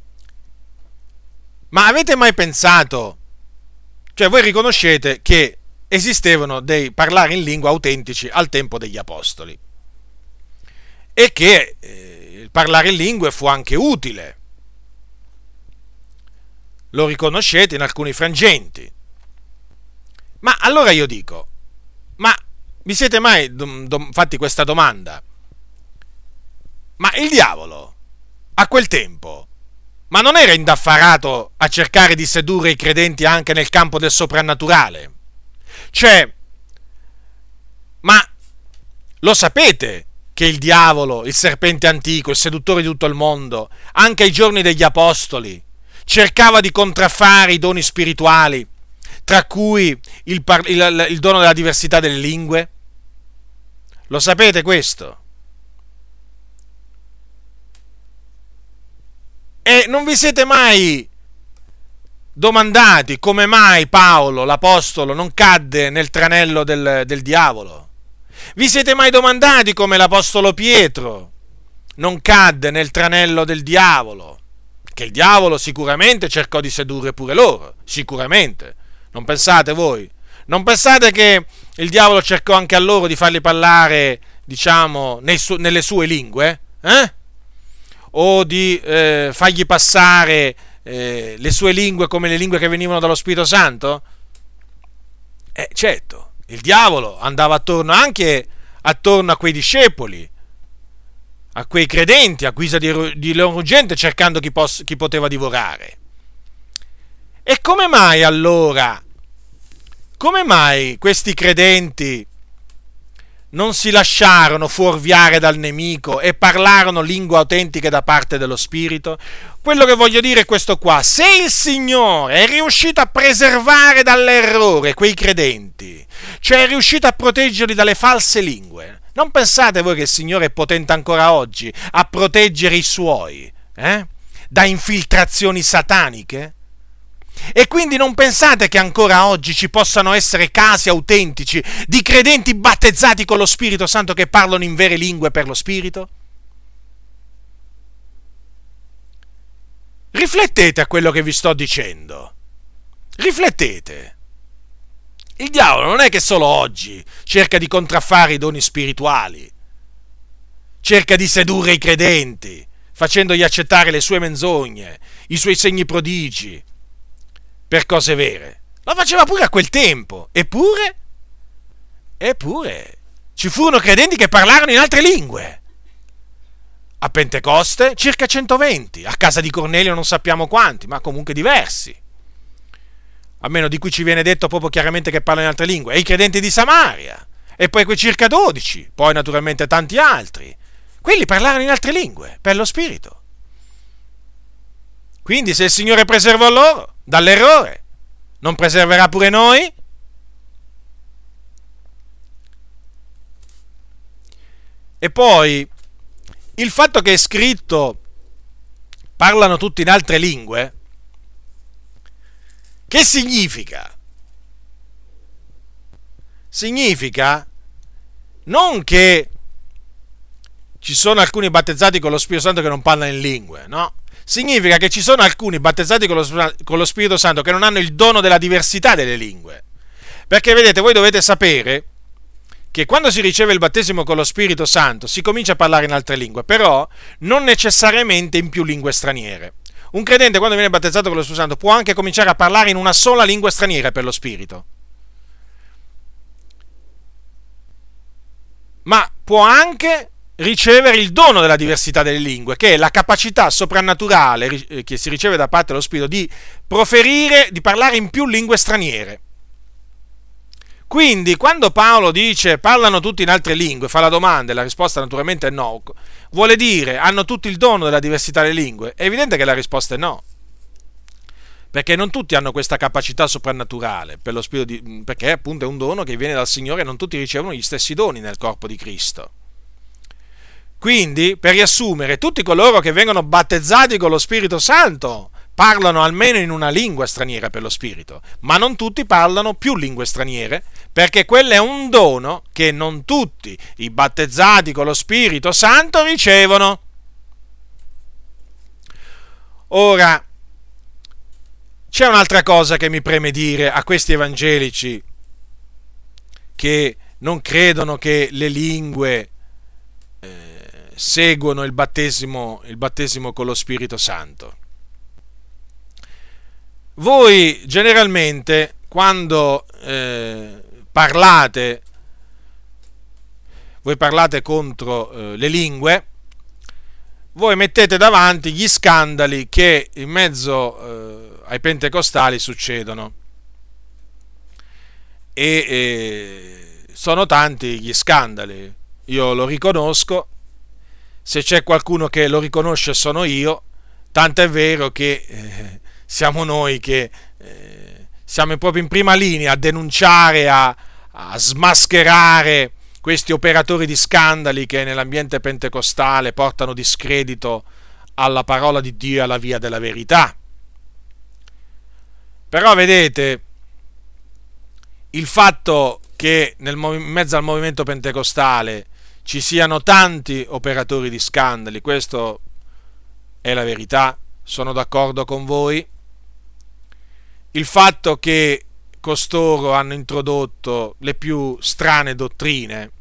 Ma avete mai pensato, cioè voi riconoscete che esistevano dei parlari in lingua autentici al tempo degli apostoli e che eh, il parlare in lingue fu anche utile, lo riconoscete in alcuni frangenti. Ma allora io dico, ma vi siete mai dom- dom- fatti questa domanda? Ma il diavolo a quel tempo ma non era indaffarato a cercare di sedurre i credenti anche nel campo del soprannaturale? Cioè, ma lo sapete che il diavolo, il serpente antico, il seduttore di tutto il mondo, anche ai giorni degli apostoli, cercava di contraffare i doni spirituali, tra cui il, par- il, il dono della diversità delle lingue? Lo sapete questo? E non vi siete mai domandati come mai Paolo, l'apostolo, non cadde nel tranello del, del diavolo? Vi siete mai domandati come l'apostolo Pietro non cadde nel tranello del diavolo? Che il diavolo sicuramente cercò di sedurre pure loro, sicuramente. Non pensate voi? Non pensate che il diavolo cercò anche a loro di farli parlare, diciamo, nei su- nelle sue lingue? Eh? O di eh, fargli passare eh, le sue lingue come le lingue che venivano dallo Spirito Santo? Eh, certo, il diavolo andava attorno anche attorno a quei discepoli, a quei credenti a guisa di, di leone ruggente, cercando chi, pos, chi poteva divorare. E come mai allora, come mai questi credenti non si lasciarono fuorviare dal nemico e parlarono lingue autentiche da parte dello Spirito? Quello che voglio dire è questo qua: se il Signore è riuscito a preservare dall'errore quei credenti, cioè è riuscito a proteggerli dalle false lingue, non pensate voi che il Signore è potente ancora oggi a proteggere i Suoi eh? da infiltrazioni sataniche? E quindi non pensate che ancora oggi ci possano essere casi autentici di credenti battezzati con lo Spirito Santo che parlano in vere lingue per lo Spirito? Riflettete a quello che vi sto dicendo. Riflettete. Il diavolo non è che solo oggi cerca di contraffare i doni spirituali, cerca di sedurre i credenti, facendogli accettare le sue menzogne, i suoi segni prodigi, per cose vere. Lo faceva pure a quel tempo. Eppure, eppure, ci furono credenti che parlarono in altre lingue. A Pentecoste circa centoventi, a casa di Cornelio non sappiamo quanti, ma comunque diversi. A meno di cui ci viene detto proprio chiaramente che parlano in altre lingue. E i credenti di Samaria, e poi quei circa dodici, poi naturalmente tanti altri. Quelli parlarono in altre lingue, per lo Spirito. Quindi se il Signore preservò loro dall'errore, non preserverà pure noi? E poi il fatto che è scritto parlano tutti in altre lingue, che significa? Significa non che ci sono alcuni battezzati con lo Spirito Santo che non parlano in lingue, no? Significa che ci sono alcuni battezzati con lo, con lo Spirito Santo che non hanno il dono della diversità delle lingue. Perché vedete, voi dovete sapere che quando si riceve il battesimo con lo Spirito Santo si comincia a parlare in altre lingue, però non necessariamente in più lingue straniere. Un credente quando viene battezzato con lo Spirito Santo può anche cominciare a parlare in una sola lingua straniera per lo Spirito. Ma può anche ricevere il dono della diversità delle lingue, che è la capacità soprannaturale che si riceve da parte dello Spirito di proferire, di parlare in più lingue straniere. Quindi, quando Paolo dice parlano tutti in altre lingue, fa la domanda e la risposta naturalmente è no, vuole dire hanno tutti il dono della diversità delle lingue? È evidente che la risposta è no, perché non tutti hanno questa capacità soprannaturale, per lo Spirito di, perché appunto è un dono che viene dal Signore e non tutti ricevono gli stessi doni nel corpo di Cristo. Quindi, per riassumere, tutti coloro che vengono battezzati con lo Spirito Santo parlano almeno in una lingua straniera per lo Spirito, ma non tutti parlano più lingue straniere, perché quello è un dono che non tutti i battezzati con lo Spirito Santo ricevono. Ora, c'è un'altra cosa che mi preme dire a questi evangelici che non credono che le lingue seguono il battesimo, il battesimo con lo Spirito Santo. Voi generalmente quando eh, parlate, voi parlate contro eh, le lingue, voi mettete davanti gli scandali che in mezzo eh, ai pentecostali succedono. E eh, sono tanti gli scandali, io lo riconosco. Se c'è qualcuno che lo riconosce sono io, tanto è vero che eh, siamo noi che eh, siamo proprio in prima linea a denunciare, a, a smascherare questi operatori di scandali che nell'ambiente pentecostale portano discredito alla parola di Dio e alla via della verità. Però vedete, il fatto che nel, in mezzo al movimento pentecostale ci siano tanti operatori di scandali, questo è la verità, sono d'accordo con voi. Il fatto che costoro hanno introdotto le più strane dottrine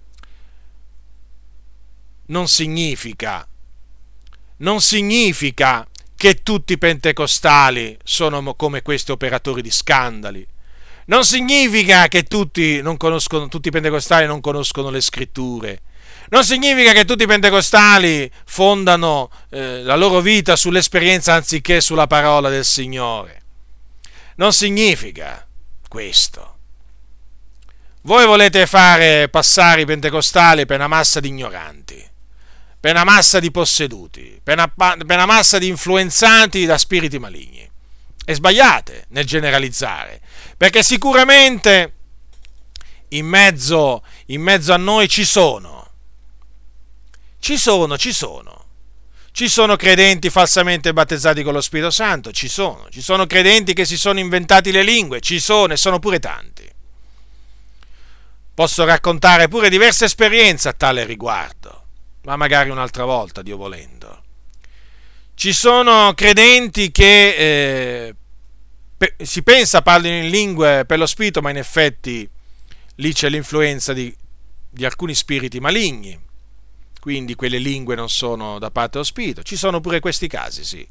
non significa, non significa che tutti i pentecostali sono come questi operatori di scandali. Non significa che tutti, non conoscono, tutti i pentecostali non conoscono le scritture. Non significa che tutti i pentecostali fondano eh, la loro vita sull'esperienza anziché sulla parola del Signore. Non significa questo. Voi volete fare passare i pentecostali per una massa di ignoranti, per una massa di posseduti, per una, per una massa di influenzati da spiriti maligni. E sbagliate nel generalizzare, perché sicuramente in mezzo, in mezzo a noi ci sono, ci sono, ci sono, ci sono credenti falsamente battezzati con lo Spirito Santo, ci sono, ci sono credenti che si sono inventati le lingue, ci sono e sono pure tanti. Posso raccontare pure diverse esperienze a tale riguardo, ma magari un'altra volta, Dio volendo. Ci sono credenti che eh, pe- si pensa parlino in lingue per lo Spirito, ma in effetti lì c'è l'influenza di, di alcuni spiriti maligni, quindi quelle lingue non sono da parte dello Spirito. Ci sono pure questi casi, sì.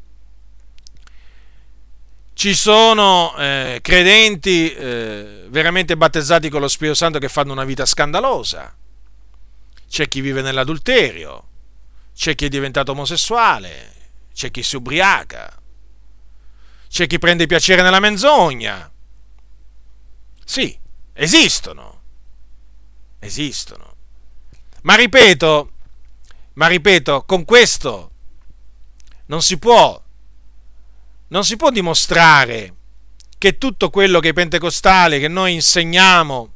Ci sono eh, credenti eh, veramente battezzati con lo Spirito Santo che fanno una vita scandalosa. C'è chi vive nell'adulterio, c'è chi è diventato omosessuale, c'è chi si ubriaca, c'è chi prende piacere nella menzogna. Sì, esistono, esistono. Ma ripeto, ma ripeto, con questo non si può, non si può dimostrare che tutto quello che i pentecostali, che noi insegniamo,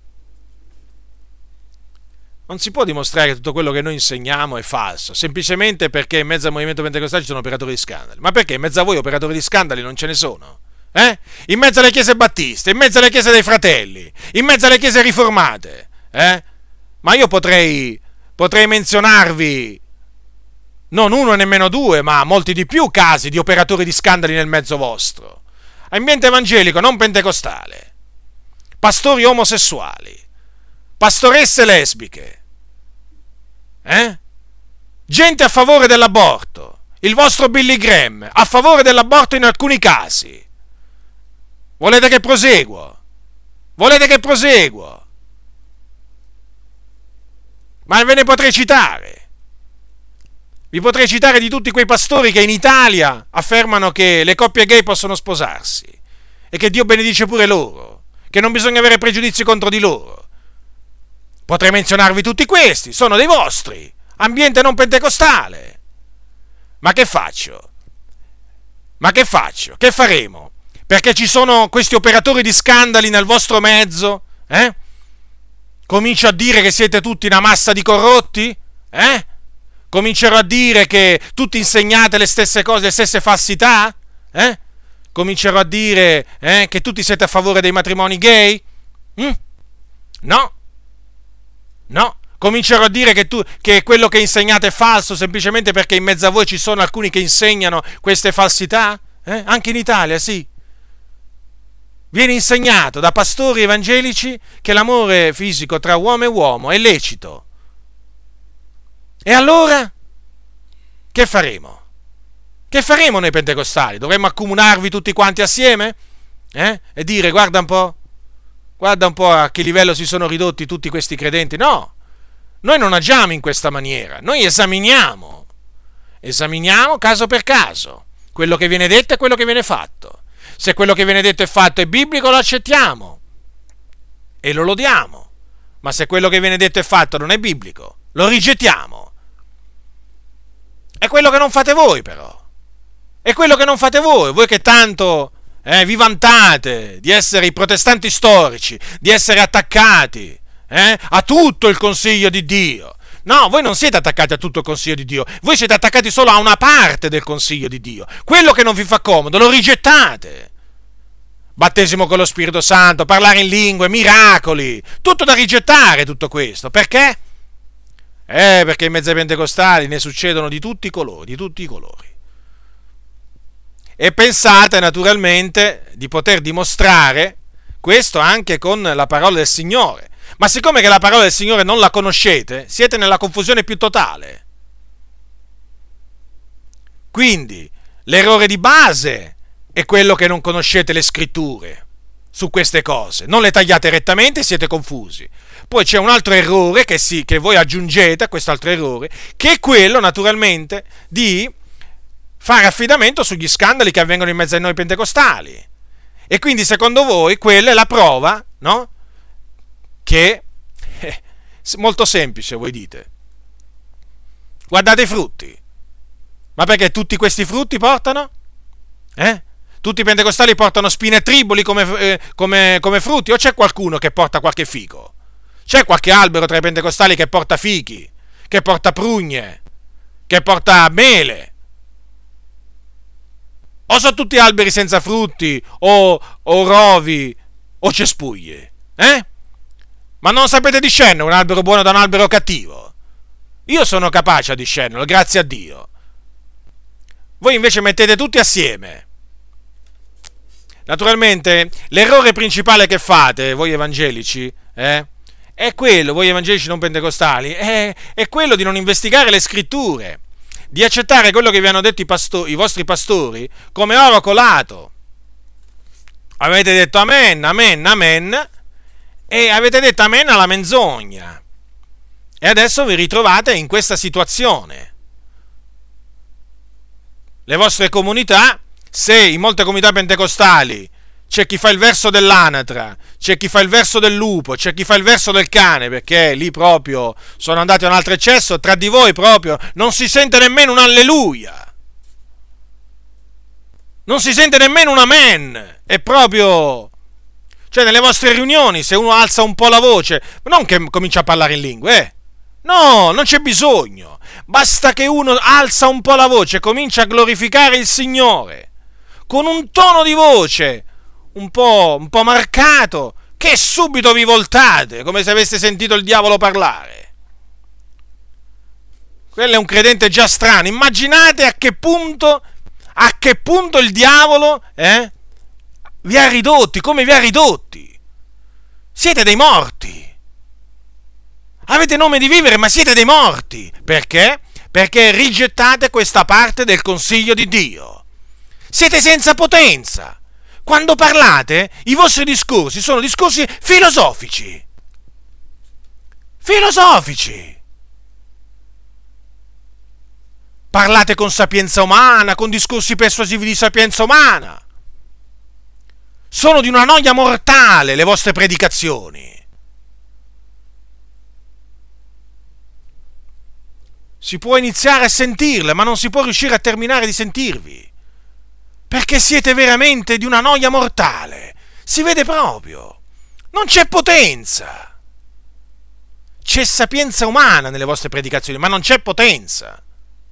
non si può dimostrare che tutto quello che noi insegniamo è falso, semplicemente perché in mezzo al movimento pentecostale ci sono operatori di scandali. Ma perché in mezzo a voi operatori di scandali non ce ne sono? Eh? In mezzo alle chiese battiste, in mezzo alle chiese dei fratelli, in mezzo alle chiese riformate, eh? Ma io potrei, potrei menzionarvi non uno e nemmeno due, ma molti di più casi di operatori di scandali nel mezzo vostro. Ambiente evangelico, non pentecostale, pastori omosessuali, pastoresse lesbiche, eh? Gente a favore dell'aborto, il vostro Billy Graham a favore dell'aborto in alcuni casi. Volete che proseguo? Volete che proseguo? Ma ve ne potrei citare. Vi potrei citare di tutti quei pastori che in Italia affermano che le coppie gay possono sposarsi e che Dio benedice pure loro, che non bisogna avere pregiudizi contro di loro. Potrei menzionarvi tutti questi, sono dei vostri, ambiente non pentecostale. Ma che faccio? Ma che faccio? Che faremo? Perché ci sono questi operatori di scandali nel vostro mezzo? Eh? Comincio a dire che siete tutti una massa di corrotti? Eh? Comincerò a dire che tutti insegnate le stesse cose, le stesse falsità? Eh? Comincerò a dire eh, che tutti siete a favore dei matrimoni gay? Mm? No? No? Comincerò a dire che, tu, che quello che insegnate è falso semplicemente perché in mezzo a voi ci sono alcuni che insegnano queste falsità? Eh? Anche in Italia, sì. Viene insegnato da pastori evangelici che l'amore fisico tra uomo e uomo è lecito. E allora? Che faremo? Che faremo noi pentecostali? Dovremmo accomunarvi tutti quanti assieme? Eh? E dire, guarda un po', guarda un po' a che livello si sono ridotti tutti questi credenti. No, noi non agiamo in questa maniera, noi esaminiamo, esaminiamo caso per caso, quello che viene detto e quello che viene fatto. Se quello che viene detto e fatto è biblico, lo accettiamo e lo lodiamo, ma se quello che viene detto e fatto non è biblico, lo rigettiamo. È quello che non fate voi, però. È quello che non fate voi, voi che tanto eh, vi vantate di essere i protestanti storici, di essere attaccati eh, a tutto il consiglio di Dio. No, voi non siete attaccati a tutto il consiglio di Dio, voi siete attaccati solo a una parte del consiglio di Dio. Quello che non vi fa comodo lo rigettate. Battesimo con lo Spirito Santo, parlare in lingue, miracoli, tutto da rigettare tutto questo. Perché? Eh, perché in mezzo ai pentecostali ne succedono di tutti i colori, di tutti i colori. E pensate naturalmente di poter dimostrare questo anche con la parola del Signore. Ma siccome che la parola del Signore non la conoscete, siete nella confusione più totale. Quindi, l'errore di base è quello che non conoscete le scritture. su queste cose, non le tagliate rettamente e siete confusi. Poi c'è un altro errore che, si, che voi aggiungete a quest'altro errore, che è quello naturalmente di fare affidamento sugli scandali che avvengono in mezzo a noi pentecostali. E quindi secondo voi quella è la prova, no? Che è molto semplice, voi dite. Guardate i frutti. Ma perché tutti questi frutti portano? Eh? Tutti i pentecostali portano spine e triboli come, eh, come, come frutti? O c'è qualcuno che porta qualche fico? C'è qualche albero tra i pentecostali che porta fichi, che porta prugne, che porta mele? O sono tutti alberi senza frutti, o, o rovi, o cespuglie? Eh? Ma non sapete discernere un albero buono da un albero cattivo? Io sono capace a discernerlo, grazie a Dio. Voi invece mettete tutti assieme. Naturalmente, l'errore principale che fate, voi evangelici, eh, è quello, voi evangelici non pentecostali, è, è quello di non investigare le scritture, di accettare quello che vi hanno detto i, pastori, i vostri pastori come oro colato. Avete detto amen, amen, amen, e avete detto amen alla menzogna. E adesso vi ritrovate in questa situazione. Le vostre comunità, se in molte comunità pentecostali c'è chi fa il verso dell'anatra, c'è chi fa il verso del lupo, c'è chi fa il verso del cane, perché lì proprio sono andati a un altro eccesso, tra di voi proprio non si sente nemmeno un alleluia, non si sente nemmeno un amen, è proprio, cioè nelle vostre riunioni se uno alza un po' la voce, non che comincia a parlare in lingue, eh, no, non c'è bisogno, basta che uno alza un po' la voce e comincia a glorificare il Signore, con un tono di voce un po', un po' marcato, che subito vi voltate, come se aveste sentito il diavolo parlare. Quello è un credente già strano. Immaginate a che punto, a che punto il diavolo eh, vi ha ridotti, come vi ha ridotti. Siete dei morti. Avete nome di vivere, ma siete dei morti. Perché? Perché rigettate questa parte del consiglio di Dio. Siete senza potenza. Quando parlate, i vostri discorsi sono discorsi filosofici. Filosofici. Parlate con sapienza umana, con discorsi persuasivi di sapienza umana. Sono di una noia mortale le vostre predicazioni. Si può iniziare a sentirle, ma non si può riuscire a terminare di sentirvi. Perché siete veramente di una noia mortale. Si vede proprio. Non c'è potenza. C'è sapienza umana nelle vostre predicazioni, ma non c'è potenza.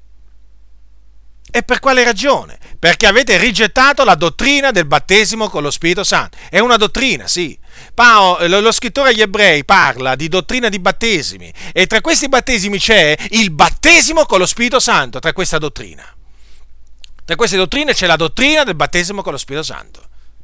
E per quale ragione? Perché avete rigettato la dottrina del battesimo con lo Spirito Santo. È una dottrina, sì. Paolo, lo scrittore agli Ebrei parla di dottrina di battesimi. E tra questi battesimi c'è il battesimo con lo Spirito Santo, tra questa dottrina. Tra queste dottrine c'è la dottrina del battesimo con lo Spirito Santo.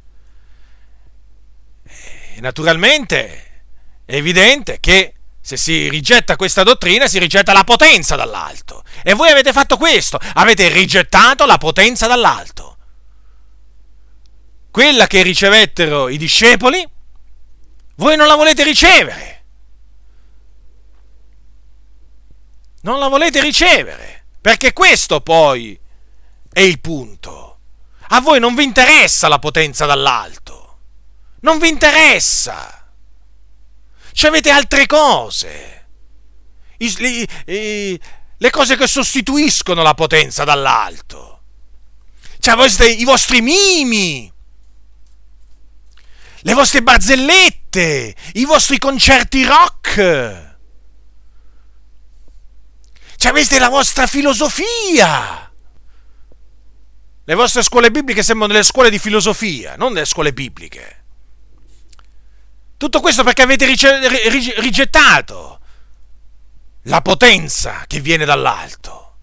E naturalmente è evidente che se si rigetta questa dottrina si rigetta la potenza dall'alto. E voi avete fatto questo, avete rigettato la potenza dall'alto. Quella che ricevettero i discepoli, voi non la volete ricevere. Non la volete ricevere, perché questo poi è il punto. A voi non vi interessa la potenza dall'alto. Non vi interessa. Ci avete altre cose. I, i, i, le cose che sostituiscono la potenza dall'alto. Cioè, avete i vostri mimi, le vostre barzellette, i vostri concerti rock. Cioè, avete la vostra filosofia. Le vostre scuole bibliche sembrano delle scuole di filosofia, non delle scuole bibliche. Tutto questo perché avete rigettato la potenza che viene dall'alto.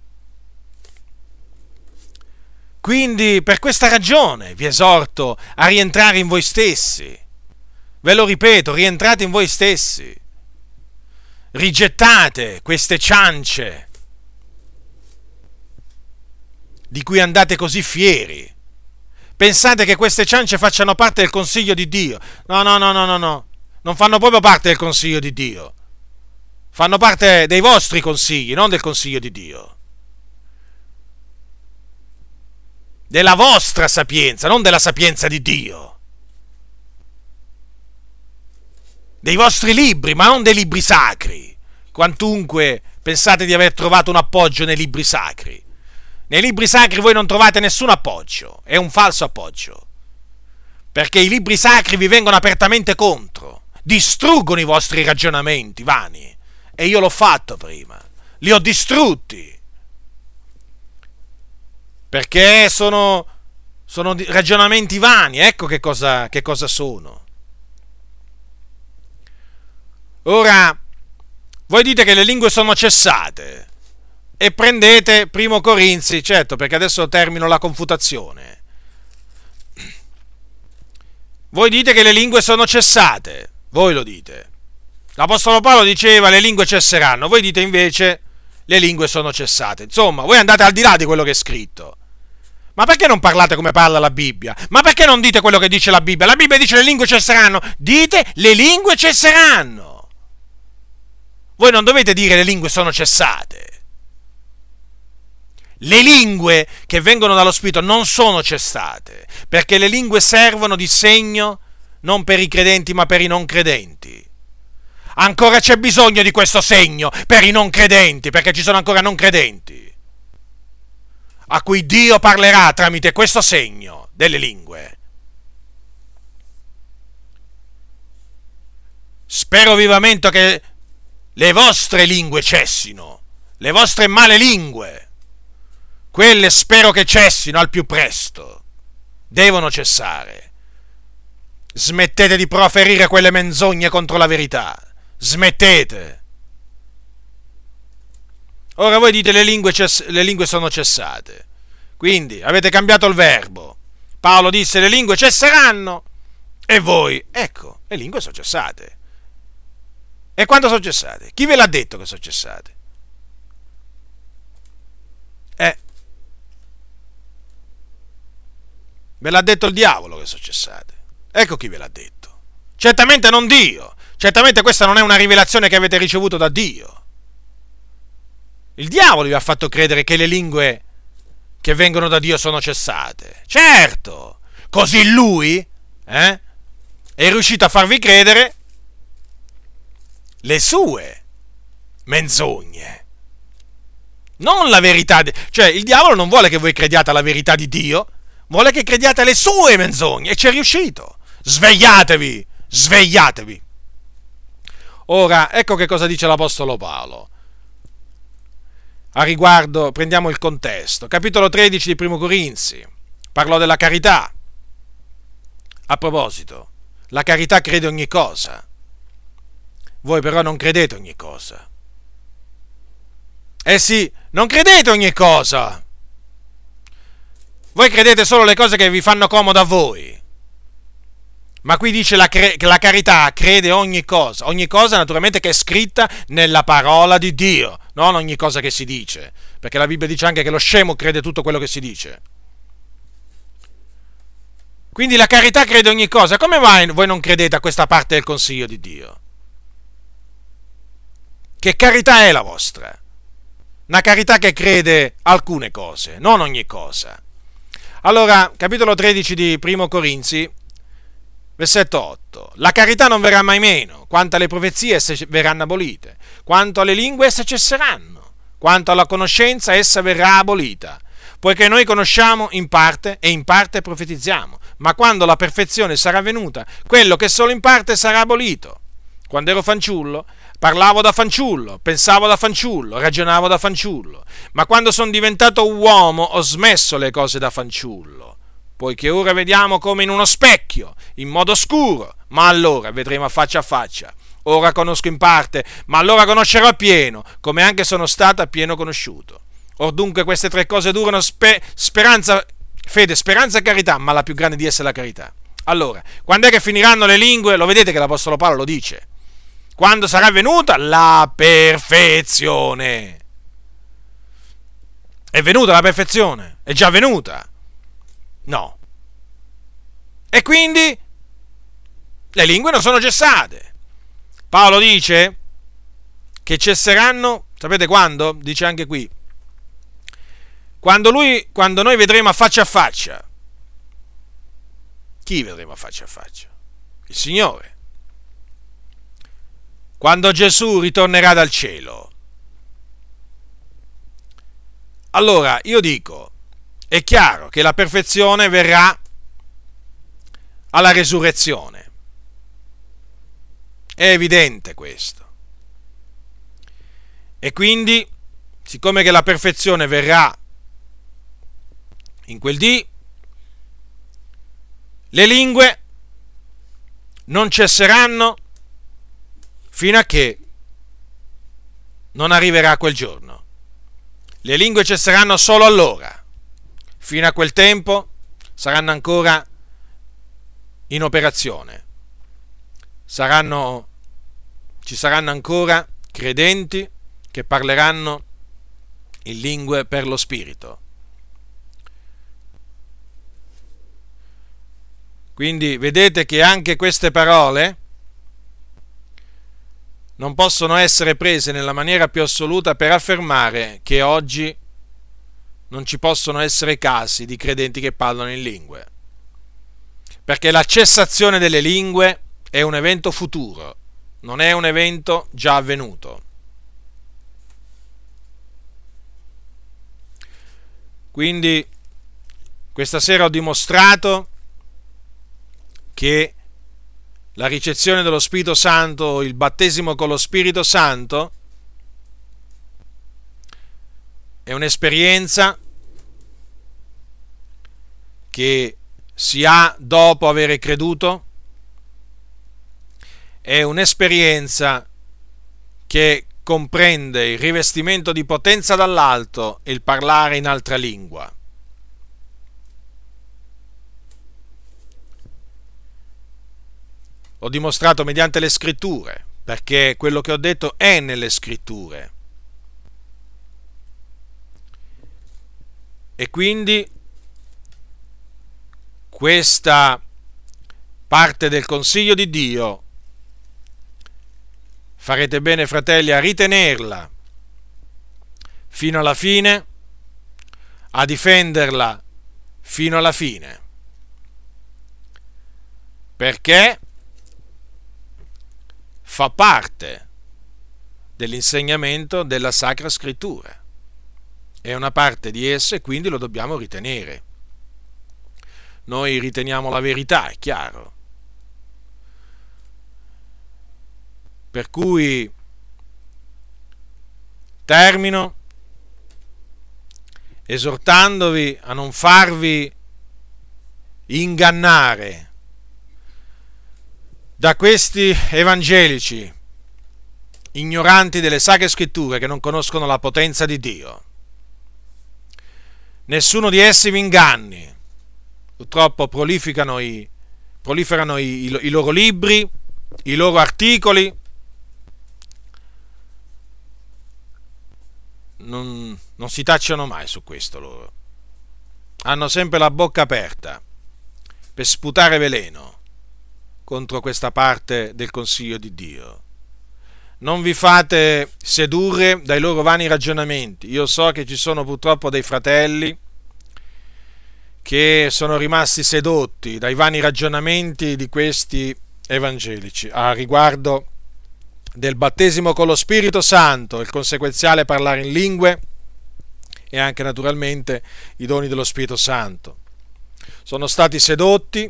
Quindi, per questa ragione, vi esorto a rientrare in voi stessi. Ve lo ripeto, rientrate in voi stessi. Rigettate queste ciance di cui andate così fieri, Pensate che queste ciance facciano parte del consiglio di Dio? No, no, no, no, no, no. Non fanno proprio parte del consiglio di Dio. Fanno parte dei vostri consigli, non del consiglio di Dio. Della vostra sapienza, non della sapienza di Dio. Dei vostri libri, ma non dei libri sacri. Quantunque pensate di aver trovato un appoggio nei libri sacri. Nei libri sacri voi non trovate nessun appoggio, è un falso appoggio. Perché i libri sacri vi vengono apertamente contro, distruggono i vostri ragionamenti vani. E io l'ho fatto prima, li ho distrutti. Perché sono, sono ragionamenti vani, ecco che cosa, che cosa sono. Ora, voi dite che le lingue sono cessate e prendete Primo Corinzi, certo, perché adesso termino la confutazione. Voi dite che le lingue sono cessate, voi lo dite. L'Apostolo Paolo diceva le lingue cesseranno, voi dite invece le lingue sono cessate. Insomma, voi andate al di là di quello che è scritto. Ma perché non parlate come parla la Bibbia? Ma perché non dite quello che dice la Bibbia? La Bibbia dice le lingue cesseranno, dite le lingue cesseranno. Voi non dovete dire le lingue sono cessate. Le lingue che vengono dallo Spirito non sono cessate, perché le lingue servono di segno non per i credenti ma per i non credenti. Ancora c'è bisogno di questo segno per i non credenti, perché ci sono ancora non credenti a cui Dio parlerà tramite questo segno delle lingue. Spero vivamente che le vostre lingue cessino, le vostre male lingue, quelle spero che cessino al più presto, devono cessare. Smettete di proferire quelle menzogne contro la verità, smettete. Ora voi dite le lingue, cess- le lingue sono cessate, quindi avete cambiato il verbo. Paolo disse le lingue cesseranno e voi, ecco, le lingue sono cessate. E quando sono cessate? Chi ve l'ha detto che sono cessate? Eh, ve l'ha detto il diavolo che sono cessate. Ecco chi ve l'ha detto. Certamente non Dio. Certamente questa non è una rivelazione che avete ricevuto da Dio. Il diavolo vi ha fatto credere che le lingue che vengono da Dio sono cessate. Certo, così lui eh, è riuscito a farvi credere le sue menzogne. Non la verità. De- cioè, il diavolo non vuole che voi crediate alla verità di Dio, vuole che crediate alle sue menzogne e ci è riuscito. Svegliatevi, svegliatevi. Ora, ecco che cosa dice l'Apostolo Paolo. A riguardo, prendiamo il contesto. Capitolo tredici di Primo Corinzi. Parlò della carità. A proposito, la carità crede ogni cosa. Voi però non credete ogni cosa. Eh sì, non credete ogni cosa. Voi credete solo le cose che vi fanno comodo a voi. Ma qui dice la cre- che la carità crede ogni cosa, ogni cosa naturalmente che è scritta nella parola di Dio, non ogni cosa che si dice, perché la Bibbia dice anche che lo scemo crede tutto quello che si dice. Quindi la carità crede ogni cosa. Come mai voi non credete a questa parte del consiglio di Dio? Che carità è la vostra? Una carità che crede alcune cose, non ogni cosa. Allora, capitolo tredici di Primo Corinzi, versetto otto. La carità non verrà mai meno, quanto alle profezie esse verranno abolite, quanto alle lingue esse cesseranno, quanto alla conoscenza essa verrà abolita, poiché noi conosciamo in parte e in parte profetizziamo, ma quando la perfezione sarà venuta, quello che solo in parte sarà abolito. Quando ero fanciullo, parlavo da fanciullo, pensavo da fanciullo, ragionavo da fanciullo, ma quando sono diventato uomo ho smesso le cose da fanciullo, poiché ora vediamo come in uno specchio, in modo scuro, ma allora vedremo a faccia a faccia. Ora conosco in parte, ma allora conoscerò appieno, come anche sono stato appieno conosciuto. Or dunque queste tre cose durano: spe- speranza, fede, speranza e carità, ma la più grande di esse è la carità. Allora, quando è che finiranno le lingue? Lo vedete che l'Apostolo Paolo lo dice. Quando sarà venuta la perfezione. È venuta la perfezione? È già venuta? No. E quindi le lingue non sono cessate. Paolo dice che cesseranno, sapete quando? Dice anche qui, quando lui, quando noi vedremo a faccia a faccia. Chi vedremo a faccia a faccia? Il Signore. Quando Gesù ritornerà dal cielo. Allora, io dico, è chiaro che la perfezione verrà alla resurrezione. È evidente questo. E quindi, siccome che la perfezione verrà in quel dì, le lingue non cesseranno fino a che non arriverà quel giorno. Le lingue cesseranno solo allora. Fino a quel tempo saranno ancora in operazione. Saranno, ci saranno ancora credenti che parleranno in lingue per lo Spirito. Quindi vedete che anche queste parole non possono essere prese nella maniera più assoluta per affermare che oggi non ci possono essere casi di credenti che parlano in lingue. Perché la cessazione delle lingue è un evento futuro, non è un evento già avvenuto. Quindi questa sera ho dimostrato che la ricezione dello Spirito Santo, il battesimo con lo Spirito Santo, è un'esperienza che si ha dopo avere creduto, è un'esperienza che comprende il rivestimento di potenza dall'alto e il parlare in altra lingua. Ho dimostrato mediante le scritture, perché quello che ho detto è nelle scritture. E quindi questa parte del consiglio di Dio farete bene, fratelli, a ritenerla fino alla fine, a difenderla fino alla fine, perché fa parte dell'insegnamento della Sacra Scrittura. È una parte di essa e quindi lo dobbiamo ritenere. Noi riteniamo la verità, è chiaro. Per cui termino esortandovi a non farvi ingannare da questi evangelici ignoranti delle Sacre Scritture che non conoscono la potenza di Dio. Nessuno di essi vi inganni. Purtroppo prolificano i, proliferano i, i, i loro libri, i loro articoli. Non, non si tacciano mai su questo loro. Hanno sempre la bocca aperta per sputare veleno contro questa parte del consiglio di Dio. Non vi fate sedurre dai loro vani ragionamenti. Io so che ci sono purtroppo dei fratelli che sono rimasti sedotti dai vani ragionamenti di questi evangelici a riguardo del battesimo con lo Spirito Santo, il conseguenziale parlare in lingue e anche naturalmente i doni dello Spirito Santo. Sono stati sedotti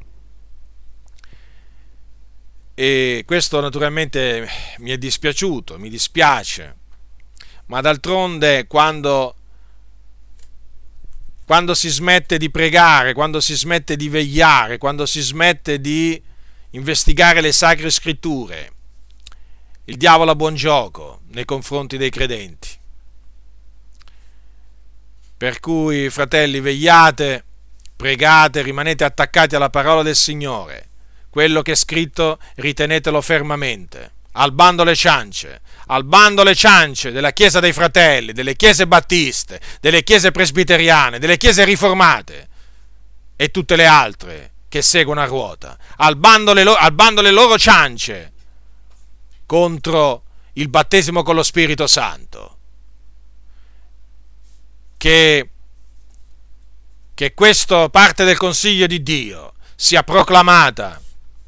e questo naturalmente mi è dispiaciuto, mi dispiace, ma d'altronde quando, quando si smette di pregare, quando si smette di vegliare, quando si smette di investigare le Sacre Scritture, il diavolo ha buon gioco nei confronti dei credenti. Per cui, fratelli, vegliate, pregate, rimanete attaccati alla parola del Signore. Quello che è scritto ritenetelo fermamente. Al bando le ciance, al bando le ciance della Chiesa dei Fratelli, delle Chiese Battiste, delle Chiese Presbiteriane, delle Chiese Riformate e tutte le altre che seguono a ruota, al bando le, lo- al bando le loro ciance contro il battesimo con lo Spirito Santo. Che, che questa parte del consiglio di Dio sia proclamata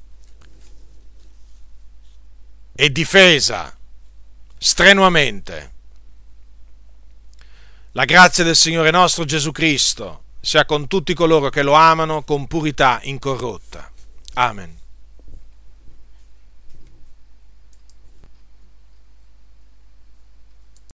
e difesa strenuamente. La grazia del Signore nostro Gesù Cristo sia con tutti coloro che lo amano con purità incorrotta. Amen.